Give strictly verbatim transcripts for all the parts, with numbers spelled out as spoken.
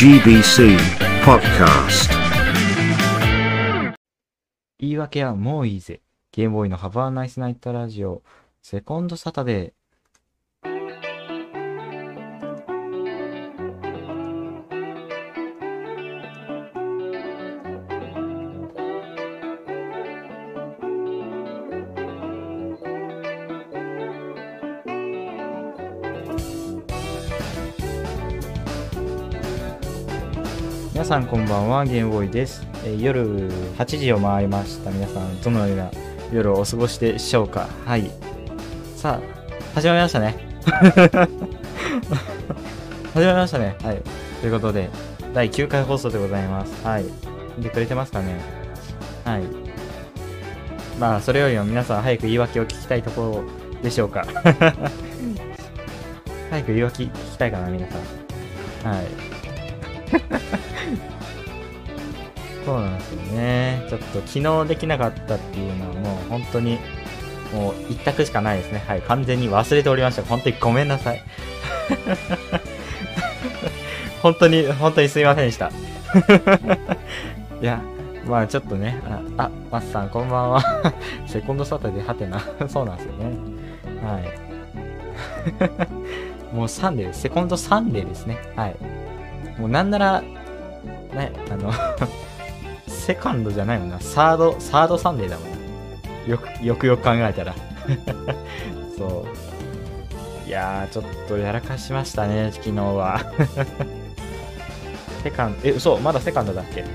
ジービーシー Podcast。 言い訳はもういいぜ。ゲームボーイのハバーナイスナイトラジオセコンドサタデー。皆さんこんばんは、ゲームボーイです。えー、夜はちじを回りました。皆さんどのような夜をお過ごしでしょうか。はい、さあ始まりましたね始まりましたね。はい、ということでだいきゅうかい放送でございます。はい、見てくれてますかね。はい、まあそれよりも皆さん早く言い訳を聞きたいところでしょうか早く言い訳聞きたいかな、皆さん。はいそうなんですよね。ちょっと昨日できなかったっていうのはもう本当にもう一択しかないですね。はい、完全に忘れておりました。本当にごめんなさい本当に本当にすいませんでしたいや、まあちょっとね、あ、あ、マスさんこんばんはセコンドサタデーはてなそうなんですよね。はいもうサンデーです。セコンドサンデーですね。はい、もうなんならね、あのセカンドじゃないもんな、サードサードサンデーだもんな。よくよくよく考えたらそういやー、ちょっとやらかしましたね、昨日はセカンド、え、嘘、まだセカンドだっけ。ちょ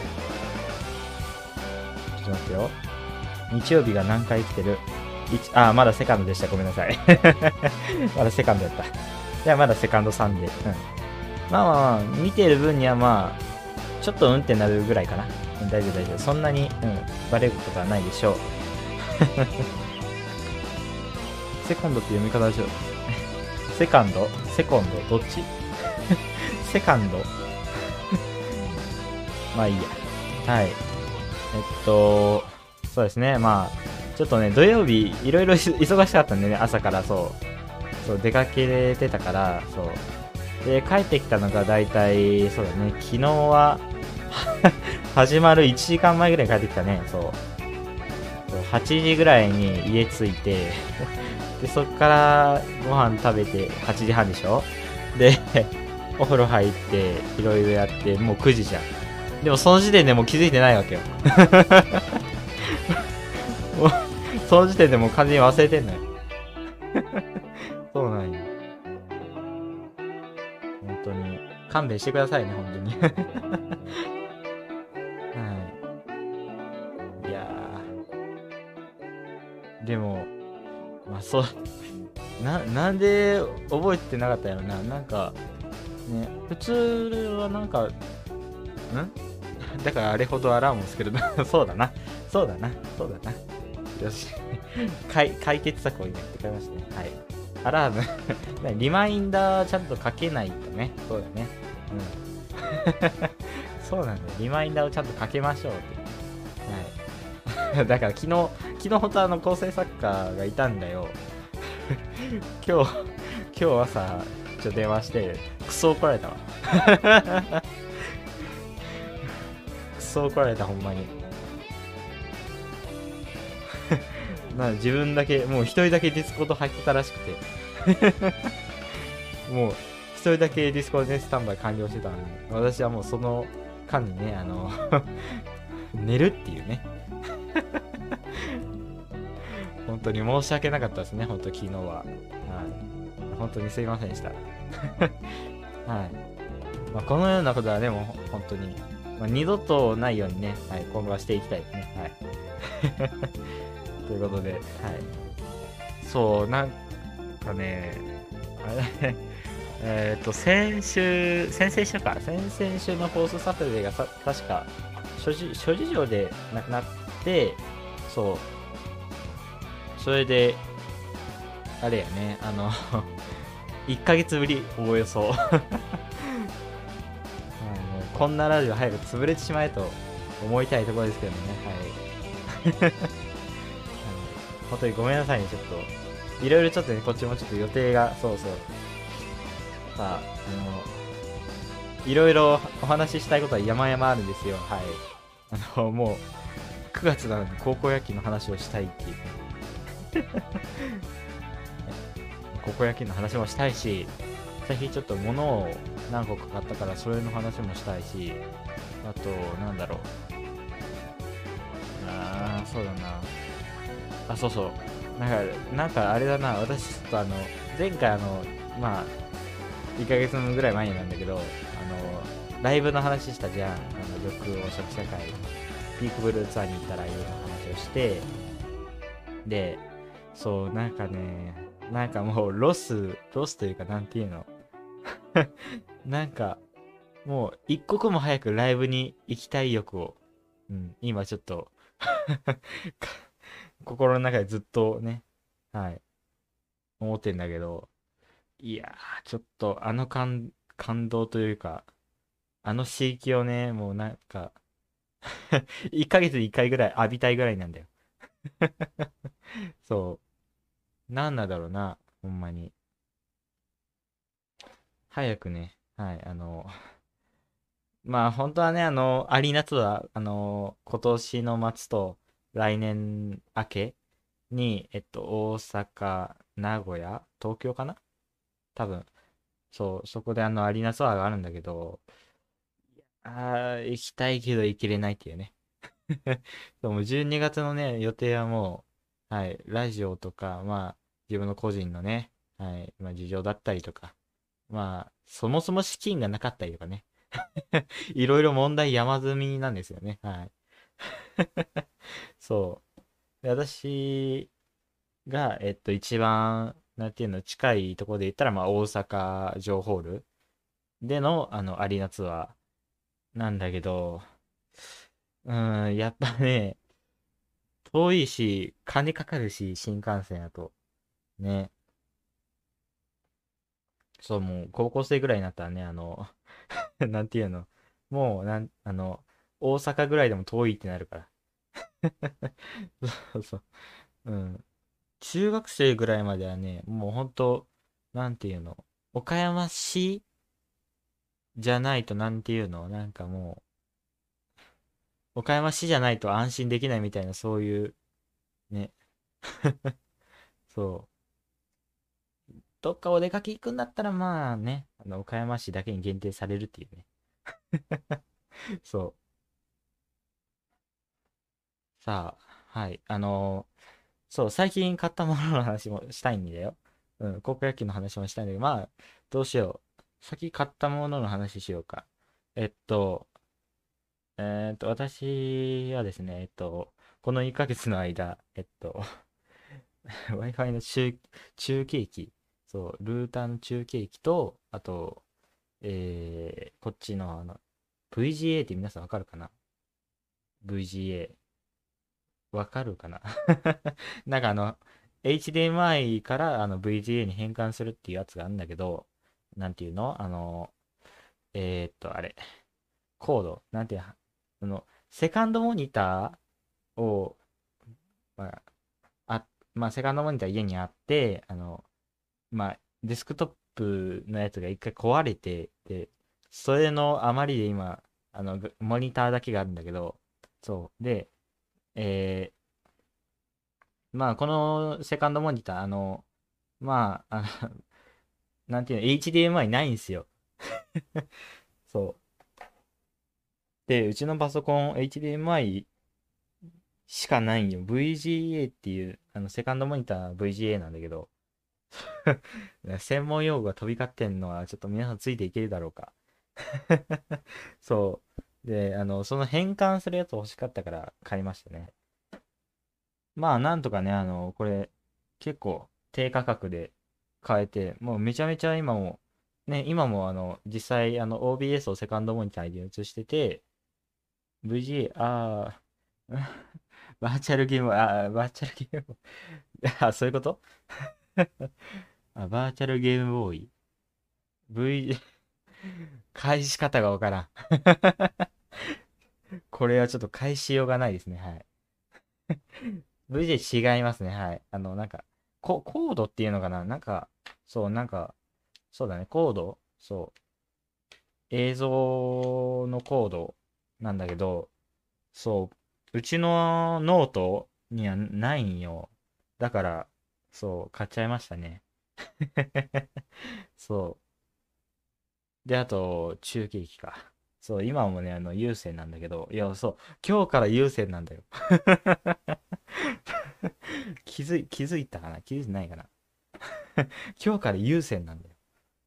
っと待ってよ、日曜日が何回来てる。あー、まだセカンドでした。ごめんなさいまだセカンドやった。いや、まだセカンドサンデー。うん、まあまあまあ、見てる分にはまあちょっとうんってなるぐらいかな。大丈夫大丈夫。そんなに、うん、バレることはないでしょうセコンドって読み方でしょセカンドセコンドどっちセカンドまあいいや。はい、えっとそうですね、まあちょっとね、土曜日いろいろ忙しかったんでね、朝からそうそう出かけてたから、そうで帰ってきたのがだいたいそうだね、昨日は始まるいちじかんまえぐらいに帰ってきたね。そうそうはちじぐらいに家着いてでそっからご飯食べてはちじはんでしょ。でお風呂入っていろいろやってもうくじじゃん。でもその時点でもう気づいてないわけよもうその時点でもう完全に忘れてんのよそうなんよ。本当に勘弁してくださいね、本当にはい、いやーでもまあそうななんで覚えてなかったやろな。なんかね、普通はなんかんだからあれほどアラームをつけるなそうだなそうだなそうだなよし解解決策を今言ってくれましたね。はい、アラームリマインダーちゃんとかけないとね。そうだね、うんそうなんだよ、リマインダーをちゃんとかけましょうって。はいだから昨日昨日本当あの構成作家がいたんだよ今日今日朝ちょっと電話してクソ怒られたわクソ怒られた、ほんまにな、自分だけもう一人だけディスコード入ってたらしくてもう一人だけディスコードでスタンバイ完了してたのに、私はもうその間にね、あの寝るっていうね本当に申し訳なかったですね、本当昨日は。はい、本当にすいませんでしたはい、まあ、このようなことはでも本当に、まあ、二度とないようにね、はい、今後はしていきたいですね。はいということで、はい、そうなんかね、あれえっと先週先々週か先々週のフォースサタデーがさ確か諸事諸事情でなくなって、そうそれであれやね、あのいっかげつぶりおおよそあのこんなラジオ早く潰れてしまえと思いたいところですけどね。はい本当にごめんなさいね、ちょっといろいろちょっとね、こっちもちょっと予定が、そうそうさあ、あのいろいろお話ししたいことは山々あるんですよ。はい。あの、もう、くがつなのに高校野球の話をしたいっていう。高校野球の話もしたいし、最近ちょっと物を何個か買ったからそれの話もしたいし、あと、なんだろう。あー、そうだな。あ、そうそう。なんか、なんかあれだな。私ちょっとあの、前回あの、まあ、いっかげつぐらい前になんだけど、あの、ライブの話したじゃん。あの、緑黄色社会、ピークブルーツアーに行ったライブの話をして、で、そう、なんかね、なんかもうロス、ロスというかなんていうの。なんか、もう一刻も早くライブに行きたい欲を、うん、今ちょっと心の中でずっとね、はい、思ってんだけど、いやー、ちょっとあの感、感動というか、あの刺激をね、もうなんかいっかげつにいっかいぐらい浴びたいぐらいなんだよ。そう。なんなんだろうな、ほんまに。早くね、はい、あの、まあ本当はね、あの、アリーナツアー、あの、今年の末と来年明けに、えっと、大阪、名古屋、東京かな多分。そう、そこであの、アリーナツアーがあるんだけど、ああ、行きたいけど行けれないっていうね。でもじゅうにがつのね、予定はもう、はい、ラジオとか、まあ、自分の個人のね、はい、まあ、事情だったりとか、まあ、そもそも資金がなかったりとかね、いろいろ問題山積みなんですよね。はい。そう。で私が、えっと、一番、なんていうの、近いところで言ったら、まあ、大阪城ホールでの、あの、アリーナツアーなんだけど、うーん、やっぱね、遠いし、金かかるし、新幹線だと。ね。そう、もう、高校生ぐらいになったらね、あの、なんていうの、もう、なん、あの、大阪ぐらいでも遠いってなるから。そうそう。うん。中学生ぐらいまではね、もうほんと、なんていうの、岡山市じゃないとなんていうの、なんかもう、岡山市じゃないと安心できないみたいな、そういう、ね、そう。どっかお出かけ行くんだったら、まあね、あの、岡山市だけに限定されるっていうね。そう。さあ、はい。あのーそう、最近買ったものの話もしたいんだよ。うん、高校野球の話もしたいんだけど、まあ、どうしよう。先買ったものの話しようか。えっと、えっと、私はですね、えっと、このいっかげつの間、えっと、Wi-Fi の中、中継機、そう、ルーターの中継機と、あと、えー、こっちのあの、ブイジーエー って皆さんわかるかな？ ブイジーエー。わかるかな？なんかあの、エイチディーエムアイ からあの ブイジーエー に変換するっていうやつがあるんだけど、なんていうのあの、えーっと、あれ、コード、なんていう、あの、セカンドモニターを、まあ、あ、まあ、セカンドモニター家にあって、あの、まあ、デスクトップのやつが一回壊れて、で、それのあまりで今、あの、ぐモニターだけがあるんだけど、そう。で、えー、まあ、このセカンドモニター、あの、まあ、あの、なんていうの、エイチディーエムアイ ないんですよ。そう。で、うちのパソコン エイチディーエムアイ しかないんよ。ブイジーエー っていう、あの、セカンドモニター ブイジーエー なんだけど、専門用語が飛び交ってんのは、ちょっと皆さんついていけるだろうか。そう。で、あの、その変換するやつ欲しかったから買いましたね。まあ、なんとかね、あの、これ、結構低価格で買えて、もうめちゃめちゃ今も、ね、今もあの、実際、あの、オービーエス をセカンドモニターに映してて、ブイジーエー、あー、バーチャルゲーム、あー、バーチャルゲーム、あ、そういうことあ、バーチャルゲームボーイ。V、返し方がわからん。これはちょっと返しようがないですね。はい。ブイジェー 違いますね。はい。あの、なんか、コ、コードっていうのかななんか、そう、なんか、そうだね、コードそう。 映像のコードなんだけど、そう、うちのノートにはないんよ。だから、そう、買っちゃいましたね。そう。で、あと、中継機か。そう、今もね、あの、有線なんだけど、いや、そう、今日から有線なんだよ。気づい、気づいたかな気づいてないかな。今日から有線なんだよ。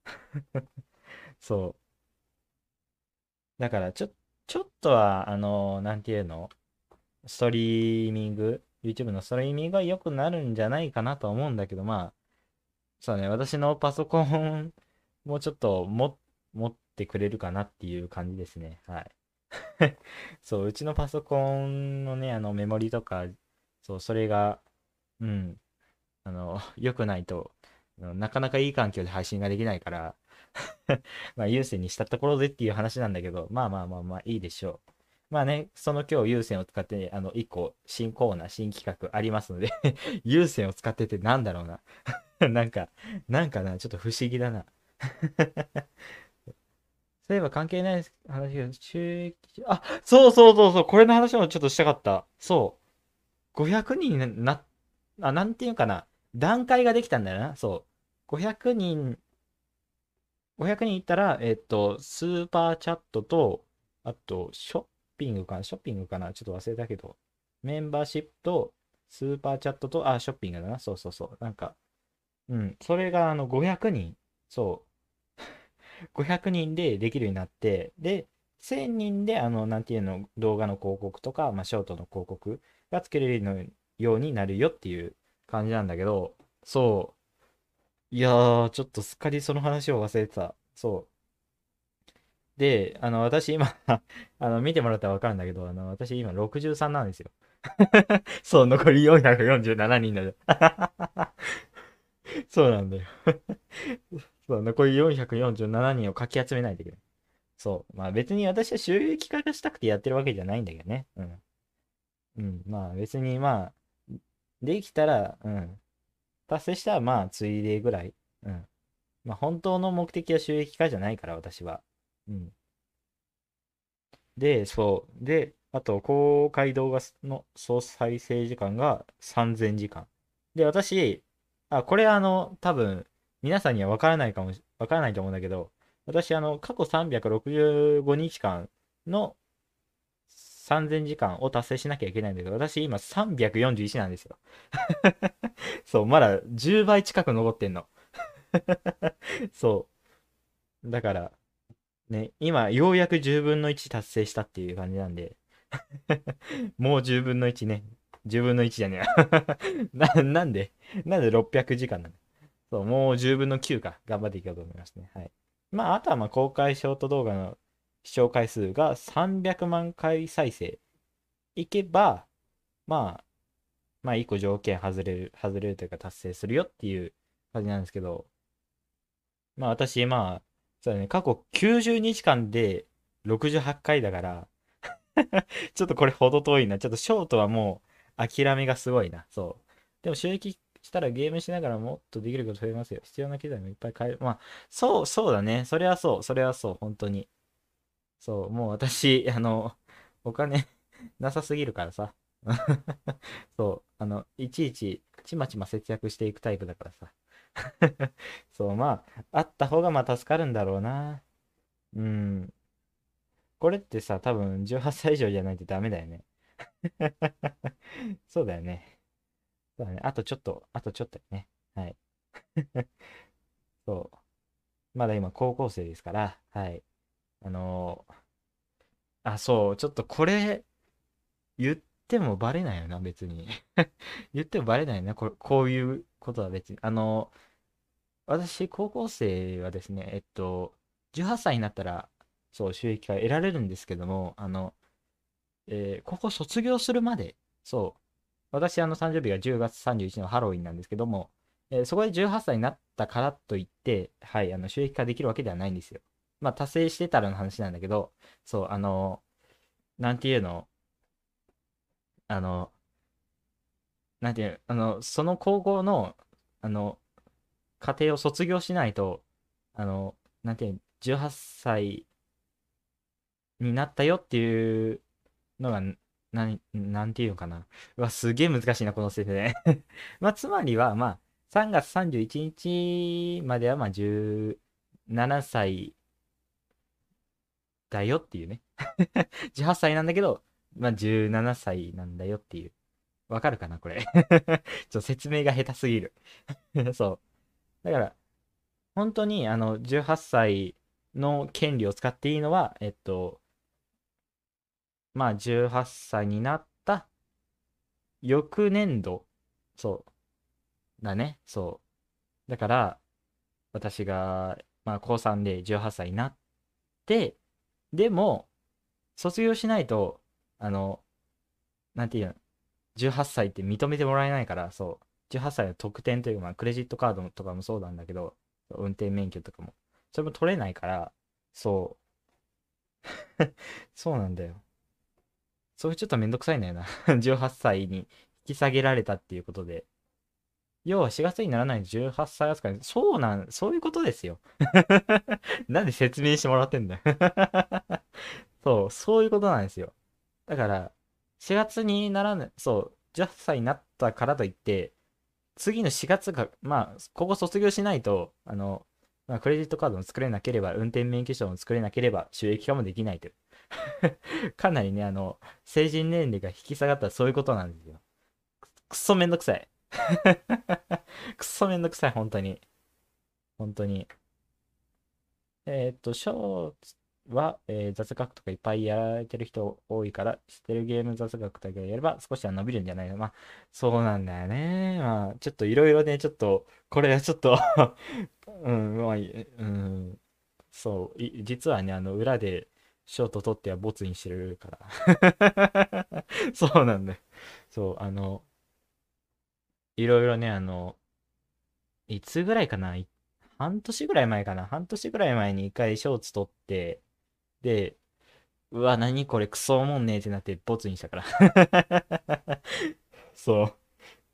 そう。だから、ちょ、ちょっとは、あの、なんていうのストリーミング、YouTube のストリーミングが良くなるんじゃないかなとは思うんだけど、まあ、そうね、私のパソコンもうちょっとも持ってくれるかなっていう感じですね。はい。そう、うちのパソコンのね、あのメモリとか、そう、それが、うん、あの、良くないと、あのなかなかいい環境で配信ができないから、まあ、有線にしたところでっていう話なんだけど、まあまあまあまあいいでしょう。まあね、その今日有線を使って、あの、一個新コーナー、新企画ありますので有線を使っててなんだろうななんか、なんかな、ちょっと不思議だなそういえば関係ない話が、収益、あ、そうそうそうそう、これの話もちょっとしたかった。そう。ごひゃくにんにな、あ、なんていうかな。段階ができたんだよな。そう。ごひゃくにん、ごひゃくにんいったら、えっと、スーパーチャットと、あと、ショッピングかなショッピングかなちょっと忘れたけど、メンバーシップと、スーパーチャットと、あ、ショッピングだな。そうそうそう。なんか、うん。それが、あの、ごひゃくにん。そう。ごひゃくにんでできるようになって、で、せんにんで、あの、なんていうの、動画の広告とか、まあ、ショートの広告がつけれるのようになるよっていう感じなんだけど、そう。いやー、ちょっとすっかりその話を忘れてた。そう。で、あの、私今あの、見てもらったらわかるんだけど、あの、私今ろくじゅうさんなんですよ。そう、残りよんひゃくよんじゅうななにんだよ。そうなんだよ。そう、残りよんひゃくよんじゅうななにんをかき集めないといけない。そう。まあ別に私は収益化がしたくてやってるわけじゃないんだけどね。うん。うん。まあ別にまあ、できたら、うん。達成したらまあ、ついでぐらい。うん。まあ本当の目的は収益化じゃないから、私は。うん。で、そう。で、あと、公開動画の総再生時間がさんぜんじかん。で、私、あ、これあの、多分、皆さんには分からないかもし、分からないと思うんだけど、私、あの、過去さんびゃくろくじゅうごにちかんのさんぜんじかんを達成しなきゃいけないんだけど、私今さんびゃくよんじゅういちなんですよ。そう、まだじゅうばい近く残ってんの。そう。だから、ね、今、ようやくじゅうぶんのいち達成したっていう感じなんで、もうじゅうぶんのいちね。じゅうぶんのいちじゃねえな、なんでなんでろっぴゃくじかんなのそう、もうじゅうぶんのきゅうか。頑張っていこうと思いますね。はい。まあ、あとはまあ公開ショート動画の視聴回数がさんびゃくまん回再生いけば、まあ、まあ、一個条件外れる、外れるというか達成するよっていう感じなんですけど、まあ私、まあ、そうだね、過去きゅうじゅうにちかんでろくじゅうはちかいだから、ちょっとこれほど遠いな。ちょっとショートはもう諦めがすごいな。そう。でも収益したらゲームしながらもっとできること増えますよ。必要な機材もいっぱい買える。まあ、そう、そうだね。それはそう。それはそう。本当に。そう。もう私、あの、お金なさすぎるからさ。そう。あの、いちいちちまちま節約していくタイプだからさ。そう。まあ、あった方がまあ助かるんだろうな。うん。これってさ、多分じゅうはっさい以上じゃないとダメだよね。そうだよね。そうだね。あとちょっと、あとちょっとね。はい。そう。まだ今高校生ですから、はい。あのーあ、そう、ちょっとこれ言ってもバレないよな、別に。言ってもバレないな、これ、こういうことは別に。あのー私、高校生はですね、えっと、じゅうはっさいになったら、そう、収益化得られるんですけども、あの、えーここ卒業するまで、そう、私、あの、誕生日がじゅうがつさんじゅういちのハロウィンなんですけども、えーそこでじゅうはっさいになったからといって、はい、あの、収益化できるわけではないんですよ。まあ、達成してたらの話なんだけど、そう、あの、なんていうの、あの、なんていう、あの、その高校の、あの、家庭を卒業しないと、あの、なんていう、じゅうはっさいになったよっていうのが、な、なんていうのかな。うわ、すげえ難しいな、この設定ね。まあ、つまりは、まあ、さんがつさんじゅういちにちまでは、まあ、じゅうななさいだよっていうね。じゅうはっさいなんだけど、まあ、じゅうななさいなんだよっていう。わかるかな、これ。ちょっと説明が下手すぎる。そう。だから、本当に、あの、じゅうはっさいの権利を使っていいのは、えっと、まあ、じゅうはっさいになった翌年度。そうだね。そう。だから、私が、まあ、高さんでじゅうはっさいになって、でも、卒業しないと、あの、なんていうの、じゅうはっさいって認めてもらえないから、そう。じゅうはっさいの特典というか、まあ、クレジットカードとかもそうなんだけど、運転免許とかも。それも取れないから、そう。そうなんだよ。それちょっとめんどくさいんだよな。じゅうはっさいに引き下げられたっていうことで。要はしがつにならないとじゅうはっさい扱い。そうなん、そういうことですよ。なんで説明してもらってんだよ。そう、そういうことなんですよ。だから、しがつにならない、そう、じゅうはっさいになったからといって、次のしがつが、まあ、ここ卒業しないと、あの、まあ、クレジットカードも作れなければ、運転免許証も作れなければ、収益化もできないという。かなりね、あの、成人年齢が引き下がったらそういうことなんですよ。くっそめんどくさい。くっそめんどくさい、本当に。本当に。えーっと、ショーツは、えー雑学とかいっぱいやられてる人多いから、知ってるゲーム雑学だけやれば少しは伸びるんじゃないの。まあ、そうなんだよね。まあ、ちょっといろいろね、ちょっと、これはちょっとうん、まあ、いうん、そう、い実はね、あの、裏で、ショート取ってはボツにしてるから。そうなんだよ。そう、あの、いろいろね、あの、いつぐらいかな、い半年ぐらい前かな、半年ぐらい前に一回ショーツ取って、で、うわ、何これクソおもんねえってなってボツにしたからそう。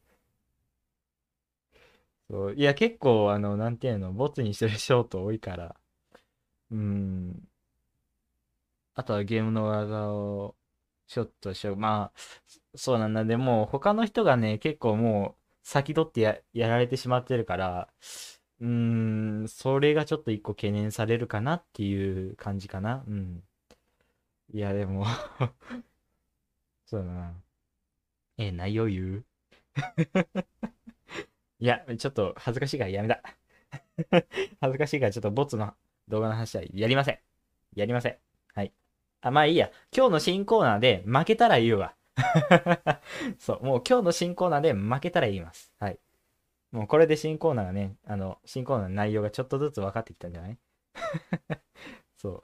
そう。いや、結構、あの、なんていうの、ボツにしてるショート多いから、うーん。あとはゲームの技を、ちょっとしよう。まあ、そうなんだ。でも、他の人がね、結構もう、先取ってや、やられてしまってるから、うーん、それがちょっと一個懸念されるかなっていう感じかな。うん。いや、でもそうだな。え、内容言ういや、ちょっと恥ずかしいからやめだ。恥ずかしいからちょっとボツの動画の話はやりません。やりません。はい。あ、まあいいや。今日の新コーナーで負けたら言うわ。そう、もう今日の新コーナーで負けたら言います。はい。もうこれで新コーナーがね、あの、新コーナーの内容がちょっとずつ分かってきたんじゃないそう。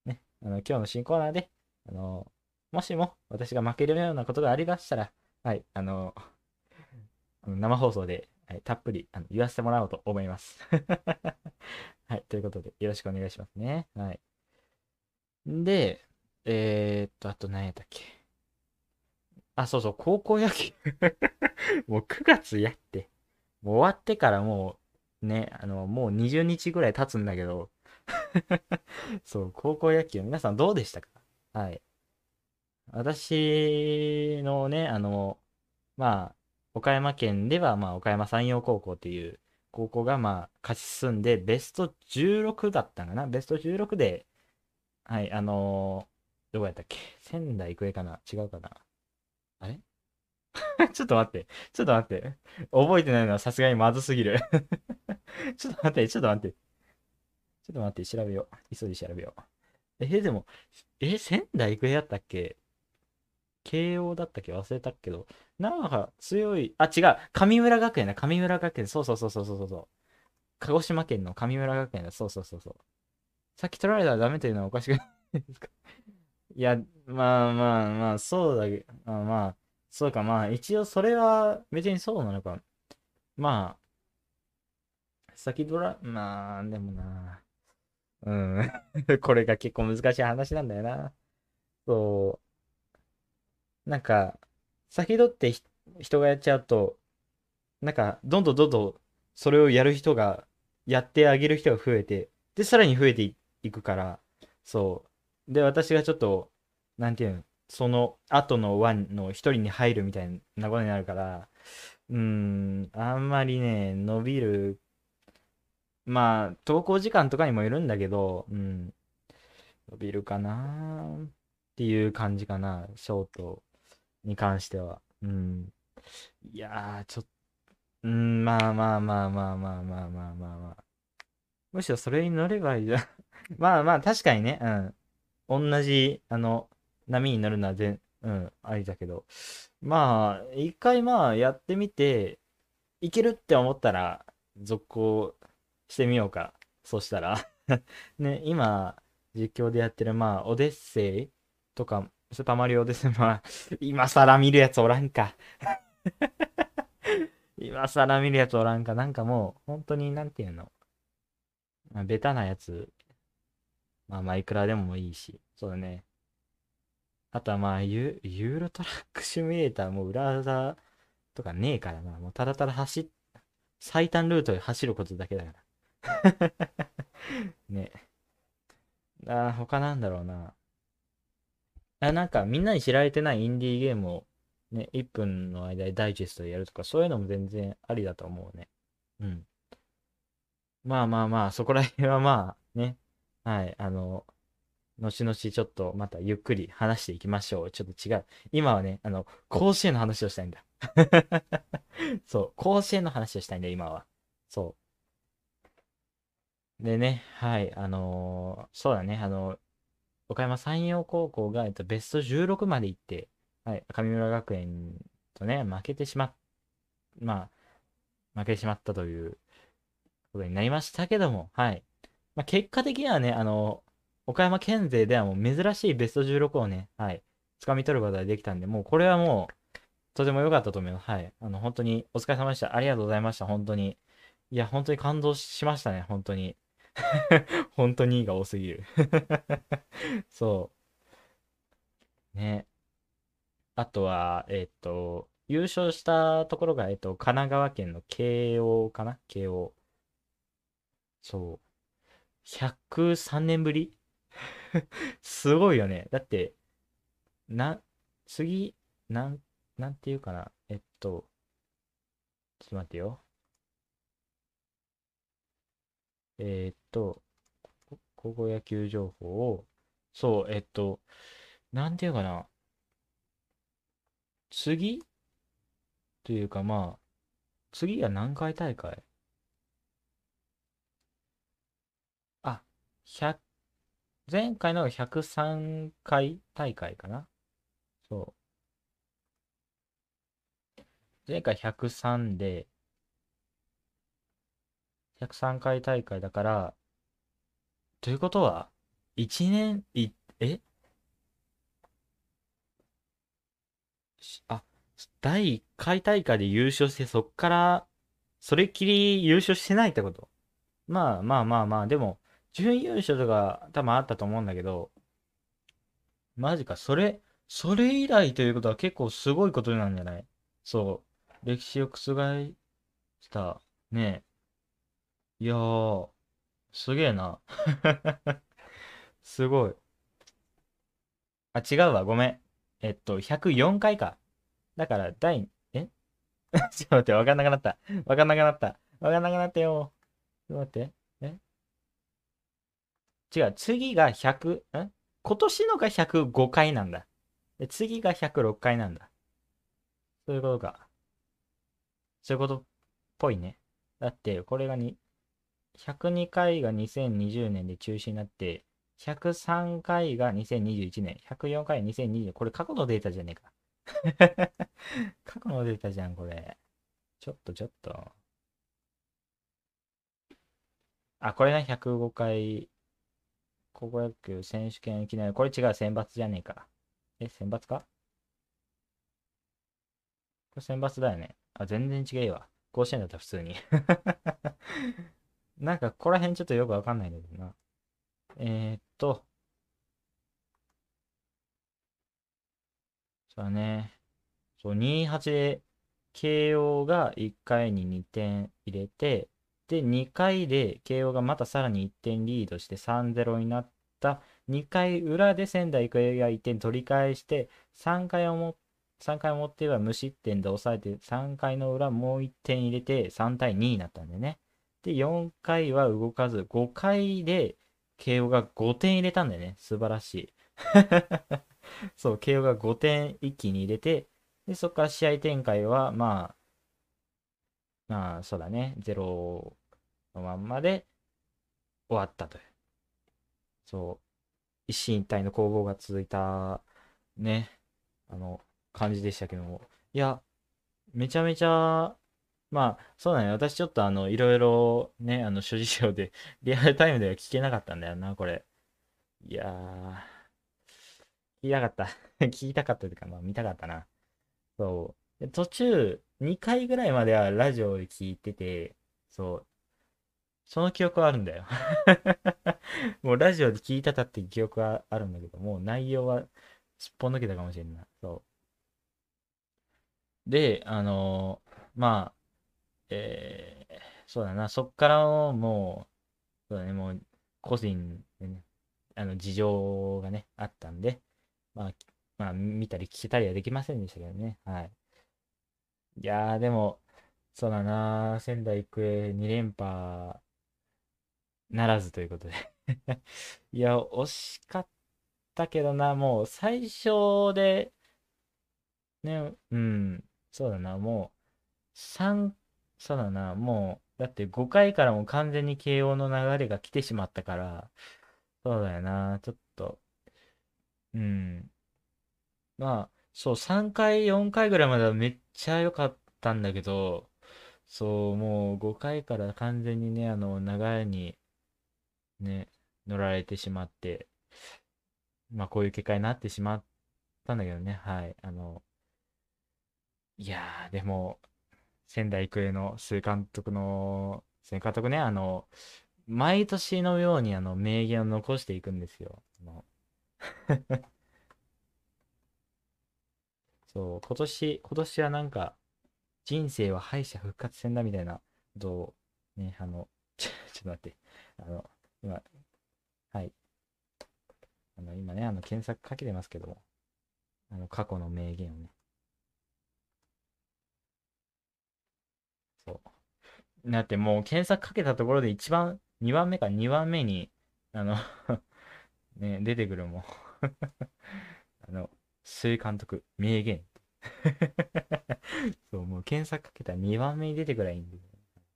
ね。あの、今日の新コーナーで、あの、もしも私が負けるようなことがありましたら、はい、あの、あの生放送で、はい、たっぷりあの言わせてもらおうと思います。はい、ということで、よろしくお願いしますね。はい。で、えーっと、あと何やったっけ。あ、そうそう、高校野球もうくがつやって。もう終わってからもう、ね、あの、もうにじゅうにちぐらい経つんだけどそう、高校野球、皆さんどうでしたか？はい。私のね、あの、まあ、岡山県では、まあ、岡山山陽高校っていう高校が、まあ、勝ち進んで、ベストじゅうろくだったかな。ベストじゅうろくで、はい、あのーどこやったっけ？仙台育英かな？違うかな？あれちょっと待って。ちょっと待って。覚えてないのはさすがにまずすぎるちょっと待って、ちょっと待って。ちょっと待って、調べよう。急いで調べよう。え、でも、え、仙台育英やったっけ？慶応だったっけ？忘れたけど。なんか強い。あ、違う。神村学園だ。神村学園。そうそうそうそうそうそう。鹿児島県の神村学園だ。そうそうそうそう。さっき取られたらダメというのはおかしくないですか？いや、まあまあまあ、そうだけど、まあまあ、そうか、まあ、一応それは別にそうなのか。まあ、先ドラ、まあ、でもな。うん。これが結構難しい話なんだよな。そう。なんか、先取ってひ人がやっちゃうと、なんか、どんどんどんどん、それをやる人が、やってあげる人が増えて、で、さらに増えていいくから、 そう。で、私がちょっと、なんていうの、その後のワンの一人に入るみたいなことになるから、うーん、あんまりね、伸びる、まあ、投稿時間とかにもよるんだけど、うん、伸びるかなっていう感じかな、ショートに関しては。うん。いやー、ちょっと、うん、まあまあまあまあまあまあまあまあまあ。むしろそれに乗ればいいじゃん。まあまあ、確かにね、うん。同じ、あの、波に乗るのは全、うん、ありだけど。まあ、一回まあ、やってみて、いけるって思ったら、続行してみようか。そしたらね、今、実況でやってる、まあ、オデッセイとか、スーパーマリオオデッセイ、まあ、今更見るやつおらんか。今更見るやつおらんか。なんかもう、本当に、なんていうの。まあベタなやつ、まあまあ、いくらでもいいし。そうだね。あとはまあ、ユ、ユーロトラックシミュレーターも裏技とかねえからな。もうただただ走っ、最短ルートで走ることだけだから。ね。あー、他なんだろうな。あ、なんかみんなに知られてないインディーゲームをね、いっぷんの間でダイジェストでやるとか、そういうのも全然ありだと思うね。うん。まあまあまあ、そこら辺はまあね、はい、あの、後々ちょっとまたゆっくり話していきましょう。ちょっと違う。今はね、あの、甲子園の話をしたいんだ。そう、甲子園の話をしたいんだ、今は。そう。でね、はい、あのーそうだね、あの、岡山山陽高校が、えっと、ベストじゅうろくまで行って、はい、神村学園とね、負けてしまっ、まあ、負けてしまったということになりましたけども、はい。まあ、結果的にはね、あの、岡山県勢ではもう珍しいベストじゅうろくをね、はい、掴み取ることができたんで、もうこれはもう、とても良かったと思います。はい。あの、本当にお疲れ様でした。ありがとうございました。本当に。いや、本当に感動しましたね。本当に。本当にいいが多すぎる。そう。ね。あとは、えっと、優勝したところが、えっと、神奈川県の慶応かな慶応。そう。ひゃくさんねんぶり。すごいよね。だって、な、次、なん、なんていうかな。えっと、ちょっと待ってよ。えーっと、こ高校野球情報を、そう、えっと、なんていうかな。次というかまあ、次が何回大会あ、ひゃく、前回のがひゃくさんかい大会かな。そう。前回ひゃくさんで、ひゃくさんかい大会だから、ということは、いちねん、い、えしあ、だいいっかい大会で優勝して、そっから、それっきり優勝してないってこと？まあまあまあまあ、でも、準優勝とか多分あったと思うんだけど、マジか、それ、それ以来ということは結構すごいことなんじゃない？そう。歴史を覆した。ねえ。いやー、すげえな。すごい。あ、違うわ、ごめん。えっと、ひゃくよんかいか。だから、第、えちょっと待って、わかんなくなった。わかんなくなった。わかんなくなったよ。ちょっと待って。え違う、次がひゃく、ん今年のがひゃくごかいなんだ。で、次がひゃくろっかいなんだ。そういうことか。そういうことっぽいね。だって、これがに、ひゃくにかいがにせんにじゅうねんで中止になって、ひゃくさんかいがにせんにじゅういちねん、ひゃくよんかいがにせんにじゅうねん、これ過去のデータじゃねえか。過去のデータじゃん、これ。ちょっとちょっと。あ、これね、ひゃくごかい、高校野球選手権いきなり、これ違う、選抜じゃねえか。え、選抜か？これ選抜だよね。あ、全然違えわ。甲子園だったら普通に。なんか、ここら辺ちょっとよくわかんないんだけどな。えーっと、そうだね。そう、にはちで、慶応がいっかいににてん入れて、で、にかいで慶応がまたさらにいってんリードしてさんたいゼロになっったにかい裏で仙台育英がいってん取り返して、さんかい表、さんかい表は無失点で抑えて、さんかいの裏もういってん入れてさんたいにになったんだよね。で、よんかいは動かず、ごかいで慶応がごてん入れたんだよね。素晴らしい。そう、慶応がごてん一気に入れて、で、そこから試合展開は、まあ、まあ、そうだね、ゼロのまんまで終わったという。そう、一進一退の攻防が続いた、ね、あの、感じでしたけども。いや、めちゃめちゃ、まあ、そうだね。私ちょっとあの、いろいろね、あの、諸事情で、リアルタイムでは聞けなかったんだよな、これ。いやー、聞きたかった。聞きたかったというか、まあ、見たかったな。そう。で途中、にかいぐらいまではラジオで聞いてて、そう。その記憶はあるんだよ。もうラジオで聞いてたっていう記憶はあるんだけど、もう内容はすっぽ抜けたかもしれない。そう。で、あのーまあ、えー、そうだな、そっからもう、そうだね、もう、個人でね、あの、事情がね、あったんで、まあ、まあ、見たり聞けたりはできませんでしたけどね。はい。いやー、でも、そうだな、仙台育英に連覇ならずということでいや、惜しかったけどな、もう最初で、ね、うん、そうだな、もう、三そうだな、もう、だってごかいからもう完全に慶応の流れが来てしまったから、そうだよな、ちょっと、うん。まあ、そう、さんかい、よんかいぐらいまではめっちゃ良かったんだけど、そう、もうごかいから完全にね、あの、流れにね、乗られてしまって、まあ、こういう結果になってしまったんだけどね、はい。あの、いやー、でも、仙台育英の須監督の、須監督ね、あの、毎年のようにあの名言を残していくんですよ。あのそう、今年、今年はなんか、人生は敗者復活戦だみたいなことを、ね、あの、ちょ、ちょっと待って、あの、今、はい、あの、今ね、あの、検索かけてますけども、あの、過去の名言をね、そう。だってもう検索かけたところで一番、にばんめかにばんめに、あのね、出てくるもんあの、須江監督、名言。そう、もう検索かけたらにばんめに出てくらいいいんで。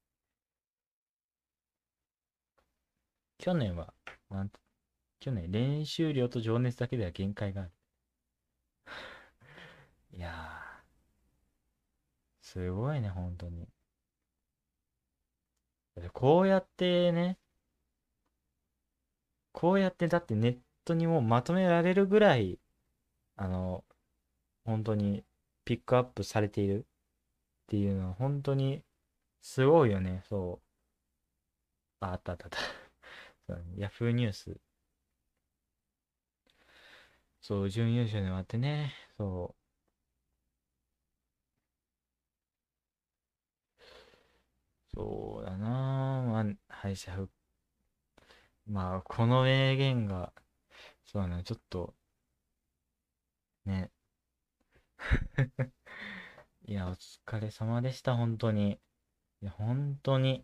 去年は、なんと、去年練習量と情熱だけでは限界がある。いやー、すごいね、本当に。だってこうやってね、こうやってだってネットにもうまとめられるぐらい、あの、本当にピックアップされているっていうのは本当にすごいよね。そう。あ、あったあったあった。そうだねヤフーニュース。そう、準優勝に終わってね。そう。そうだなぁ。まあ、敗者復、まあ、この名言が、そうだな、ちょっと、ね。いや、お疲れ様でした、本当に。いや、本当に、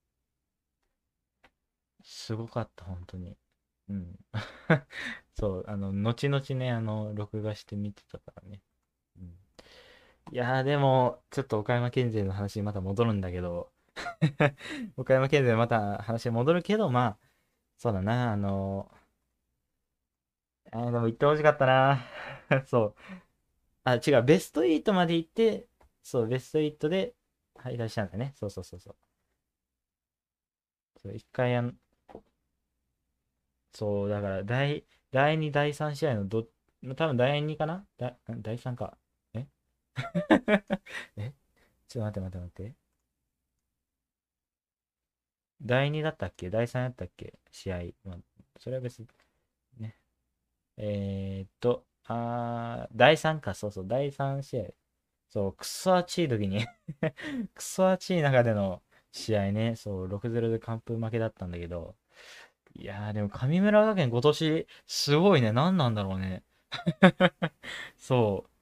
すごかった、本当に。うん。そう、あの、後々ね、あの、録画して見てたからね。うん、いやー、でも、ちょっと岡山県勢の話にまた戻るんだけど、岡山県勢また話に戻るけど、まあ、そうだな、あの、あーでも行ってほしかったな。そう。あ、違う、ベストエイトまで行って、そう、ベストエイトで敗退したんだね。そうそうそうそう。そう一回やん、そう、だから、第、第2、第さん試合のど、多分第にかなだ、第さんか。ええちょっと待って待って待って。第にだったっけ第さんやったっけ試合。まあ、それは別にね。えーっと、あー、第さんか、そうそう、第さん試合。そう、クソ暑い時にクソ暑い中での試合ね、そう、ろくたいゼロで完封負けだったんだけど、 いやー、でも神村学園今年、すごいね。何なんだろうね。そう。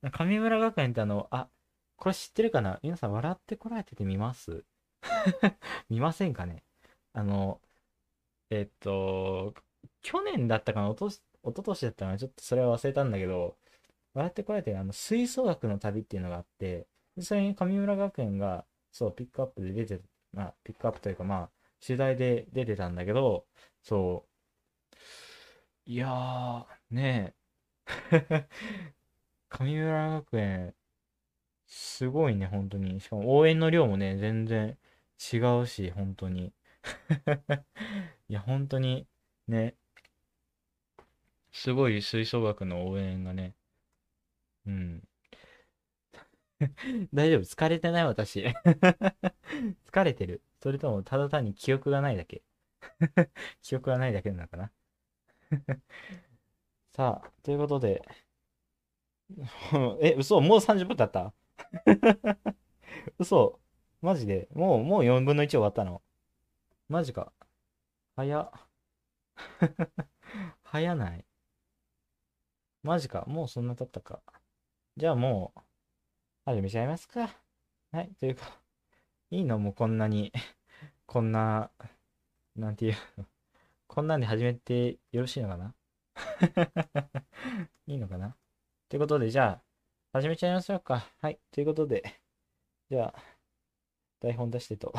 神村学園ってあの、あ、これ知ってるかな？皆さん笑ってこられてて見ます？見ませんかね？あの、えっと、去年だったかな、おとし、一昨年だったかな、ちょっとそれは忘れたんだけど、笑ってこられて、あの、吹奏楽の旅っていうのがあって、でそれに神村学園が、そう、ピックアップで出て、まあ、ピックアップというか、まあ、取材で出てたんだけど、そう、いやー、ねえ、神村学園、すごいね、本当に。しかも応援の量もね、全然違うし、本当に。いや、本当に、ね、すごい吹奏楽の応援がね、うん。大丈夫、疲れてない私。疲れてる。それとも、ただ単に記憶がないだけ。記憶がないだけなのかな。さあ、ということで、え、嘘、もうさんじゅっぷん経った？嘘、マジでもう、もうよんぶんのいち終わったの？マジか。早っ。早ない？マジか。もうそんな経ったか。じゃあもう、始めちゃいますか。はい。というか、いいの？もうこんなに、こんな、なんていう、こんなんで始めてよろしいのかな？いいのかな？ということで、じゃあ、始めちゃいましょうか。はい。ということで、じゃあ、台本出してと。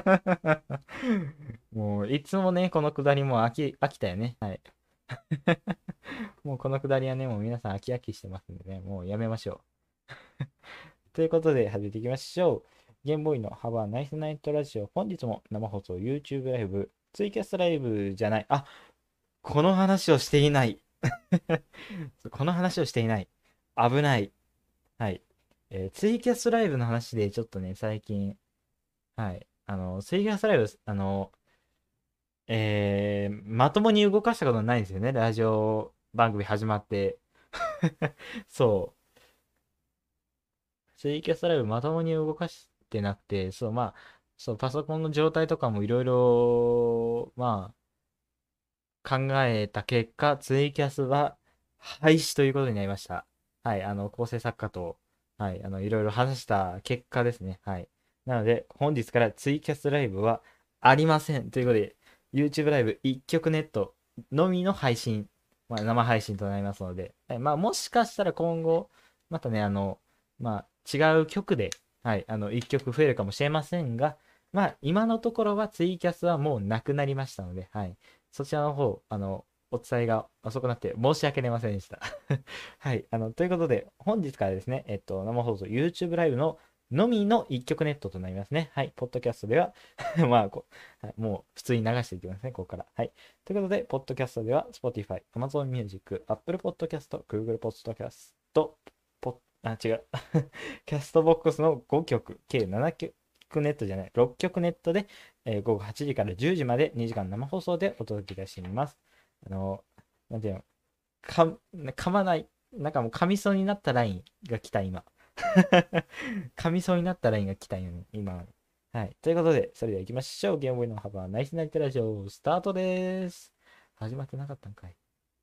もう、いつもね、このくだりもう飽き、飽きたよね。はい。もうこのくだりはね、もう皆さん飽き飽きしてますんでね、もうやめましょう。ということで、始めていきましょう。ゲームボーイのハバーナイスナイトラジオ、本日も生放送 YouTube ライブ、ツイキャスライブじゃない。あ、この話をしていない。この話をしていない。危ない。はい。えーツイキャスライブの話でちょっとね、最近、はい。あの、ツイキャスライブ、あの、えーまともに動かしたことないんですよね。ラジオ番組始まって。そう。ツイキャスライブまともに動かしてなくて、そう、まあ、そう、パソコンの状態とかもいろいろ、まあ、考えた結果、ツイキャスは廃止ということになりました。はい、あの、構成作家と、はい、あの、いろいろ話した結果ですね。はい。なので、本日からツイキャスライブはありません。ということで、YouTube ライブ一曲ネットのみの配信、まあ、生配信となりますので、はい、まあ、もしかしたら今後、またね、あの、まあ、違う曲で、はい、あの、一曲増えるかもしれませんが、まあ、今のところはツイキャスはもうなくなりましたので、はい。そちらの方、あの、お伝えが遅くなって申し訳ありませんでした。はい。あの、ということで、本日からですね、えっと、生放送 YouTube ライブののみの一曲ネットとなりますね。はい。ポッドキャストではまあこう、はい、もう普通に流していきますね、ここから。はい。ということで、ポッドキャストでは Spotify、Amazon Music、Apple Podcast、Google Podcast、ポッあ、違う。キャストボックスのごきょく、計ななきょくネットじゃない、ろっきょくネットで、えー午後はちじからじゅうじまでにじかん生放送でお届けいたします。あの、なんていうの、か、噛まない、なんかもう噛みそうになったラインが来た、今。噛みそうになったラインが来たよね、今。はい。ということで、それでは行きましょう。ゲームボーイの幅ナイスナイトラジオ、スタートです。始まってなかったんかい。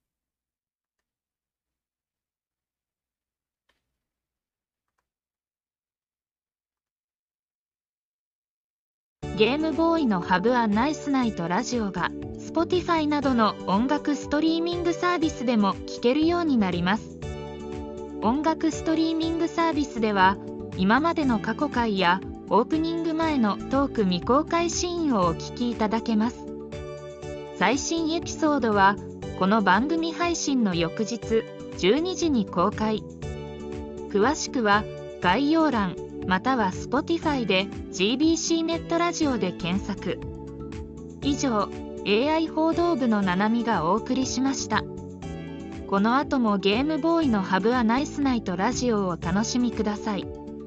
ゲームボーイのハブアナイスナイトラジオが Spotify などの音楽ストリーミングサービスでも聴けるようになります。音楽ストリーミングサービスでは今までの過去回やオープニング前のトーク未公開シーンをお聞きいただけます。最新エピソードはこの番組配信の翌日じゅうにじに公開。詳しくは概要欄または Spotify で ジービーシー ネットラジオで検索。以上、エーアイ 報道部のななみがお送りしました。この後もゲームボーイのハブアナイスナイトラジオをお楽しみください。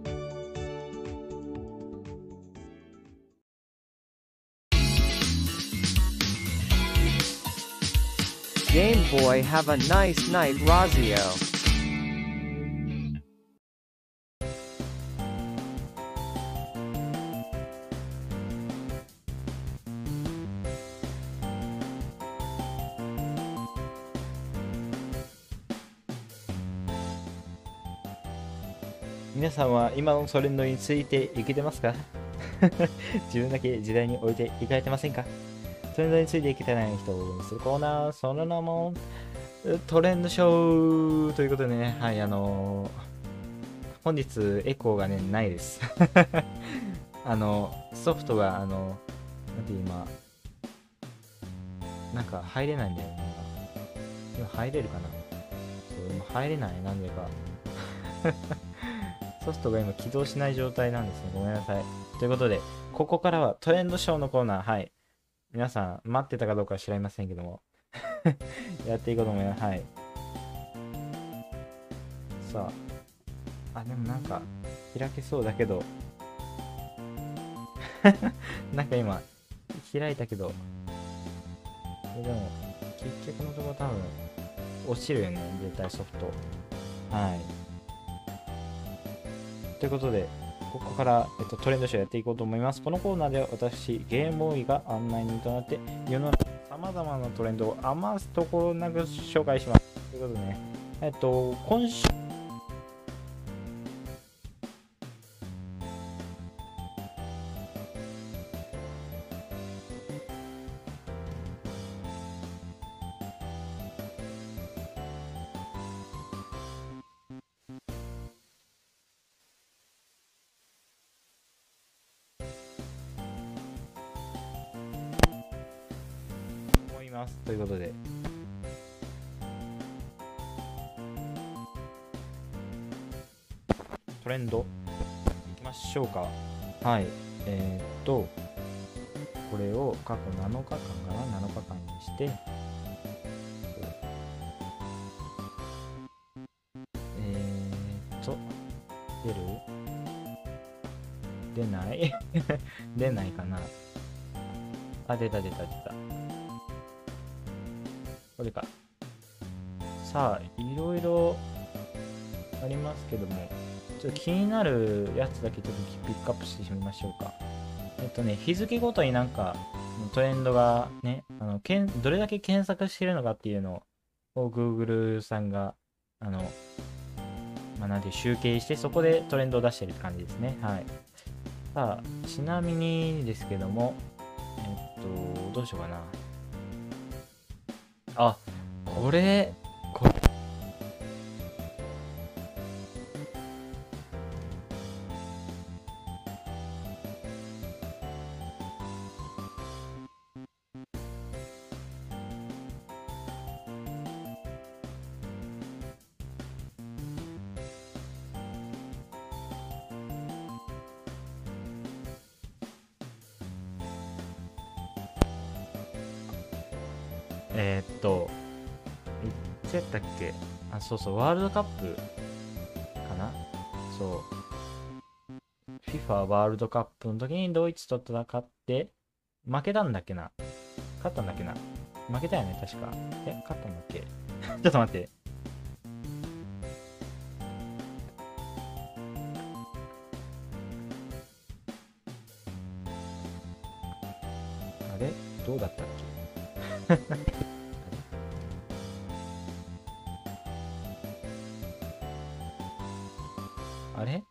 Game Boy have a nice night, Razio. 皆さんは今のトレンドについていけてますか？自分だけ時代に置いていかれてませんか？トレンドについていけてない人を応援するコーナー、その名もトレンドショーということでね、はい、あのー、本日エコーがね、ないです。あの、ソフトが、あの、なんて今、なんか入れないんだよね。今入れるかな？そう、今入れない、なんでか。ソフトが今起動しない状態なんですね。ごめんなさい。ということで、ここからはトレンドショーのコーナー、はい。皆さん、待ってたかどうかは知りませんけども、やっていこうと思います。はい。さあ、あ、でもなんか、開けそうだけど、なんか今、開いたけど、でも、結局のところ多分、落ちるよね、絶対ソフト。はい。ということで、ここから、えっと、トレンドショーやっていこうと思います。このコーナーでは私、ゲームボーイが案内人となって、世の中さまざまなトレンドを余すところなく紹介します。ということでね、えっと、今週、思います。ということで、トレンドいきましょうか。はい。えー、っと、これを過去なのかかんかな ?なのかかんにして、えー、っと、出る出ない出ないかなあ、出た出た出た。これか。さあ、いろいろありますけども、ちょっと気になるやつだけちょっとピックアップしてみましょうか。えっとね、日付ごとになんかトレンドがね、あのけんどれだけ検索してるのかっていうのを Google さんが、あの、まあ、なんて集計して、そこでトレンドを出してるって感じですね。はい。さあ、ちなみにですけども、えっと、どうしようかな。あ、これ、これ。えー、っと、言ってたっけ？あ、そうそう、ワールドカップかな？そう。FIFA ワールドカップの時にドイツと戦って、負けたんだっけな？勝ったんだっけな？負けたよね、確か。え、勝ったんだっけ？ちょっと待って。あれ？どうだったっけ？あれ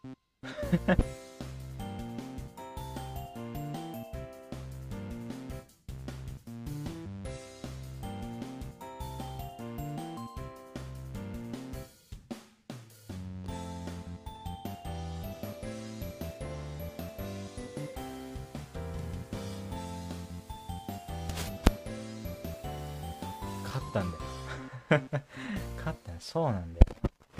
勝ったんだよ。勝ったよ。そうなんだよ。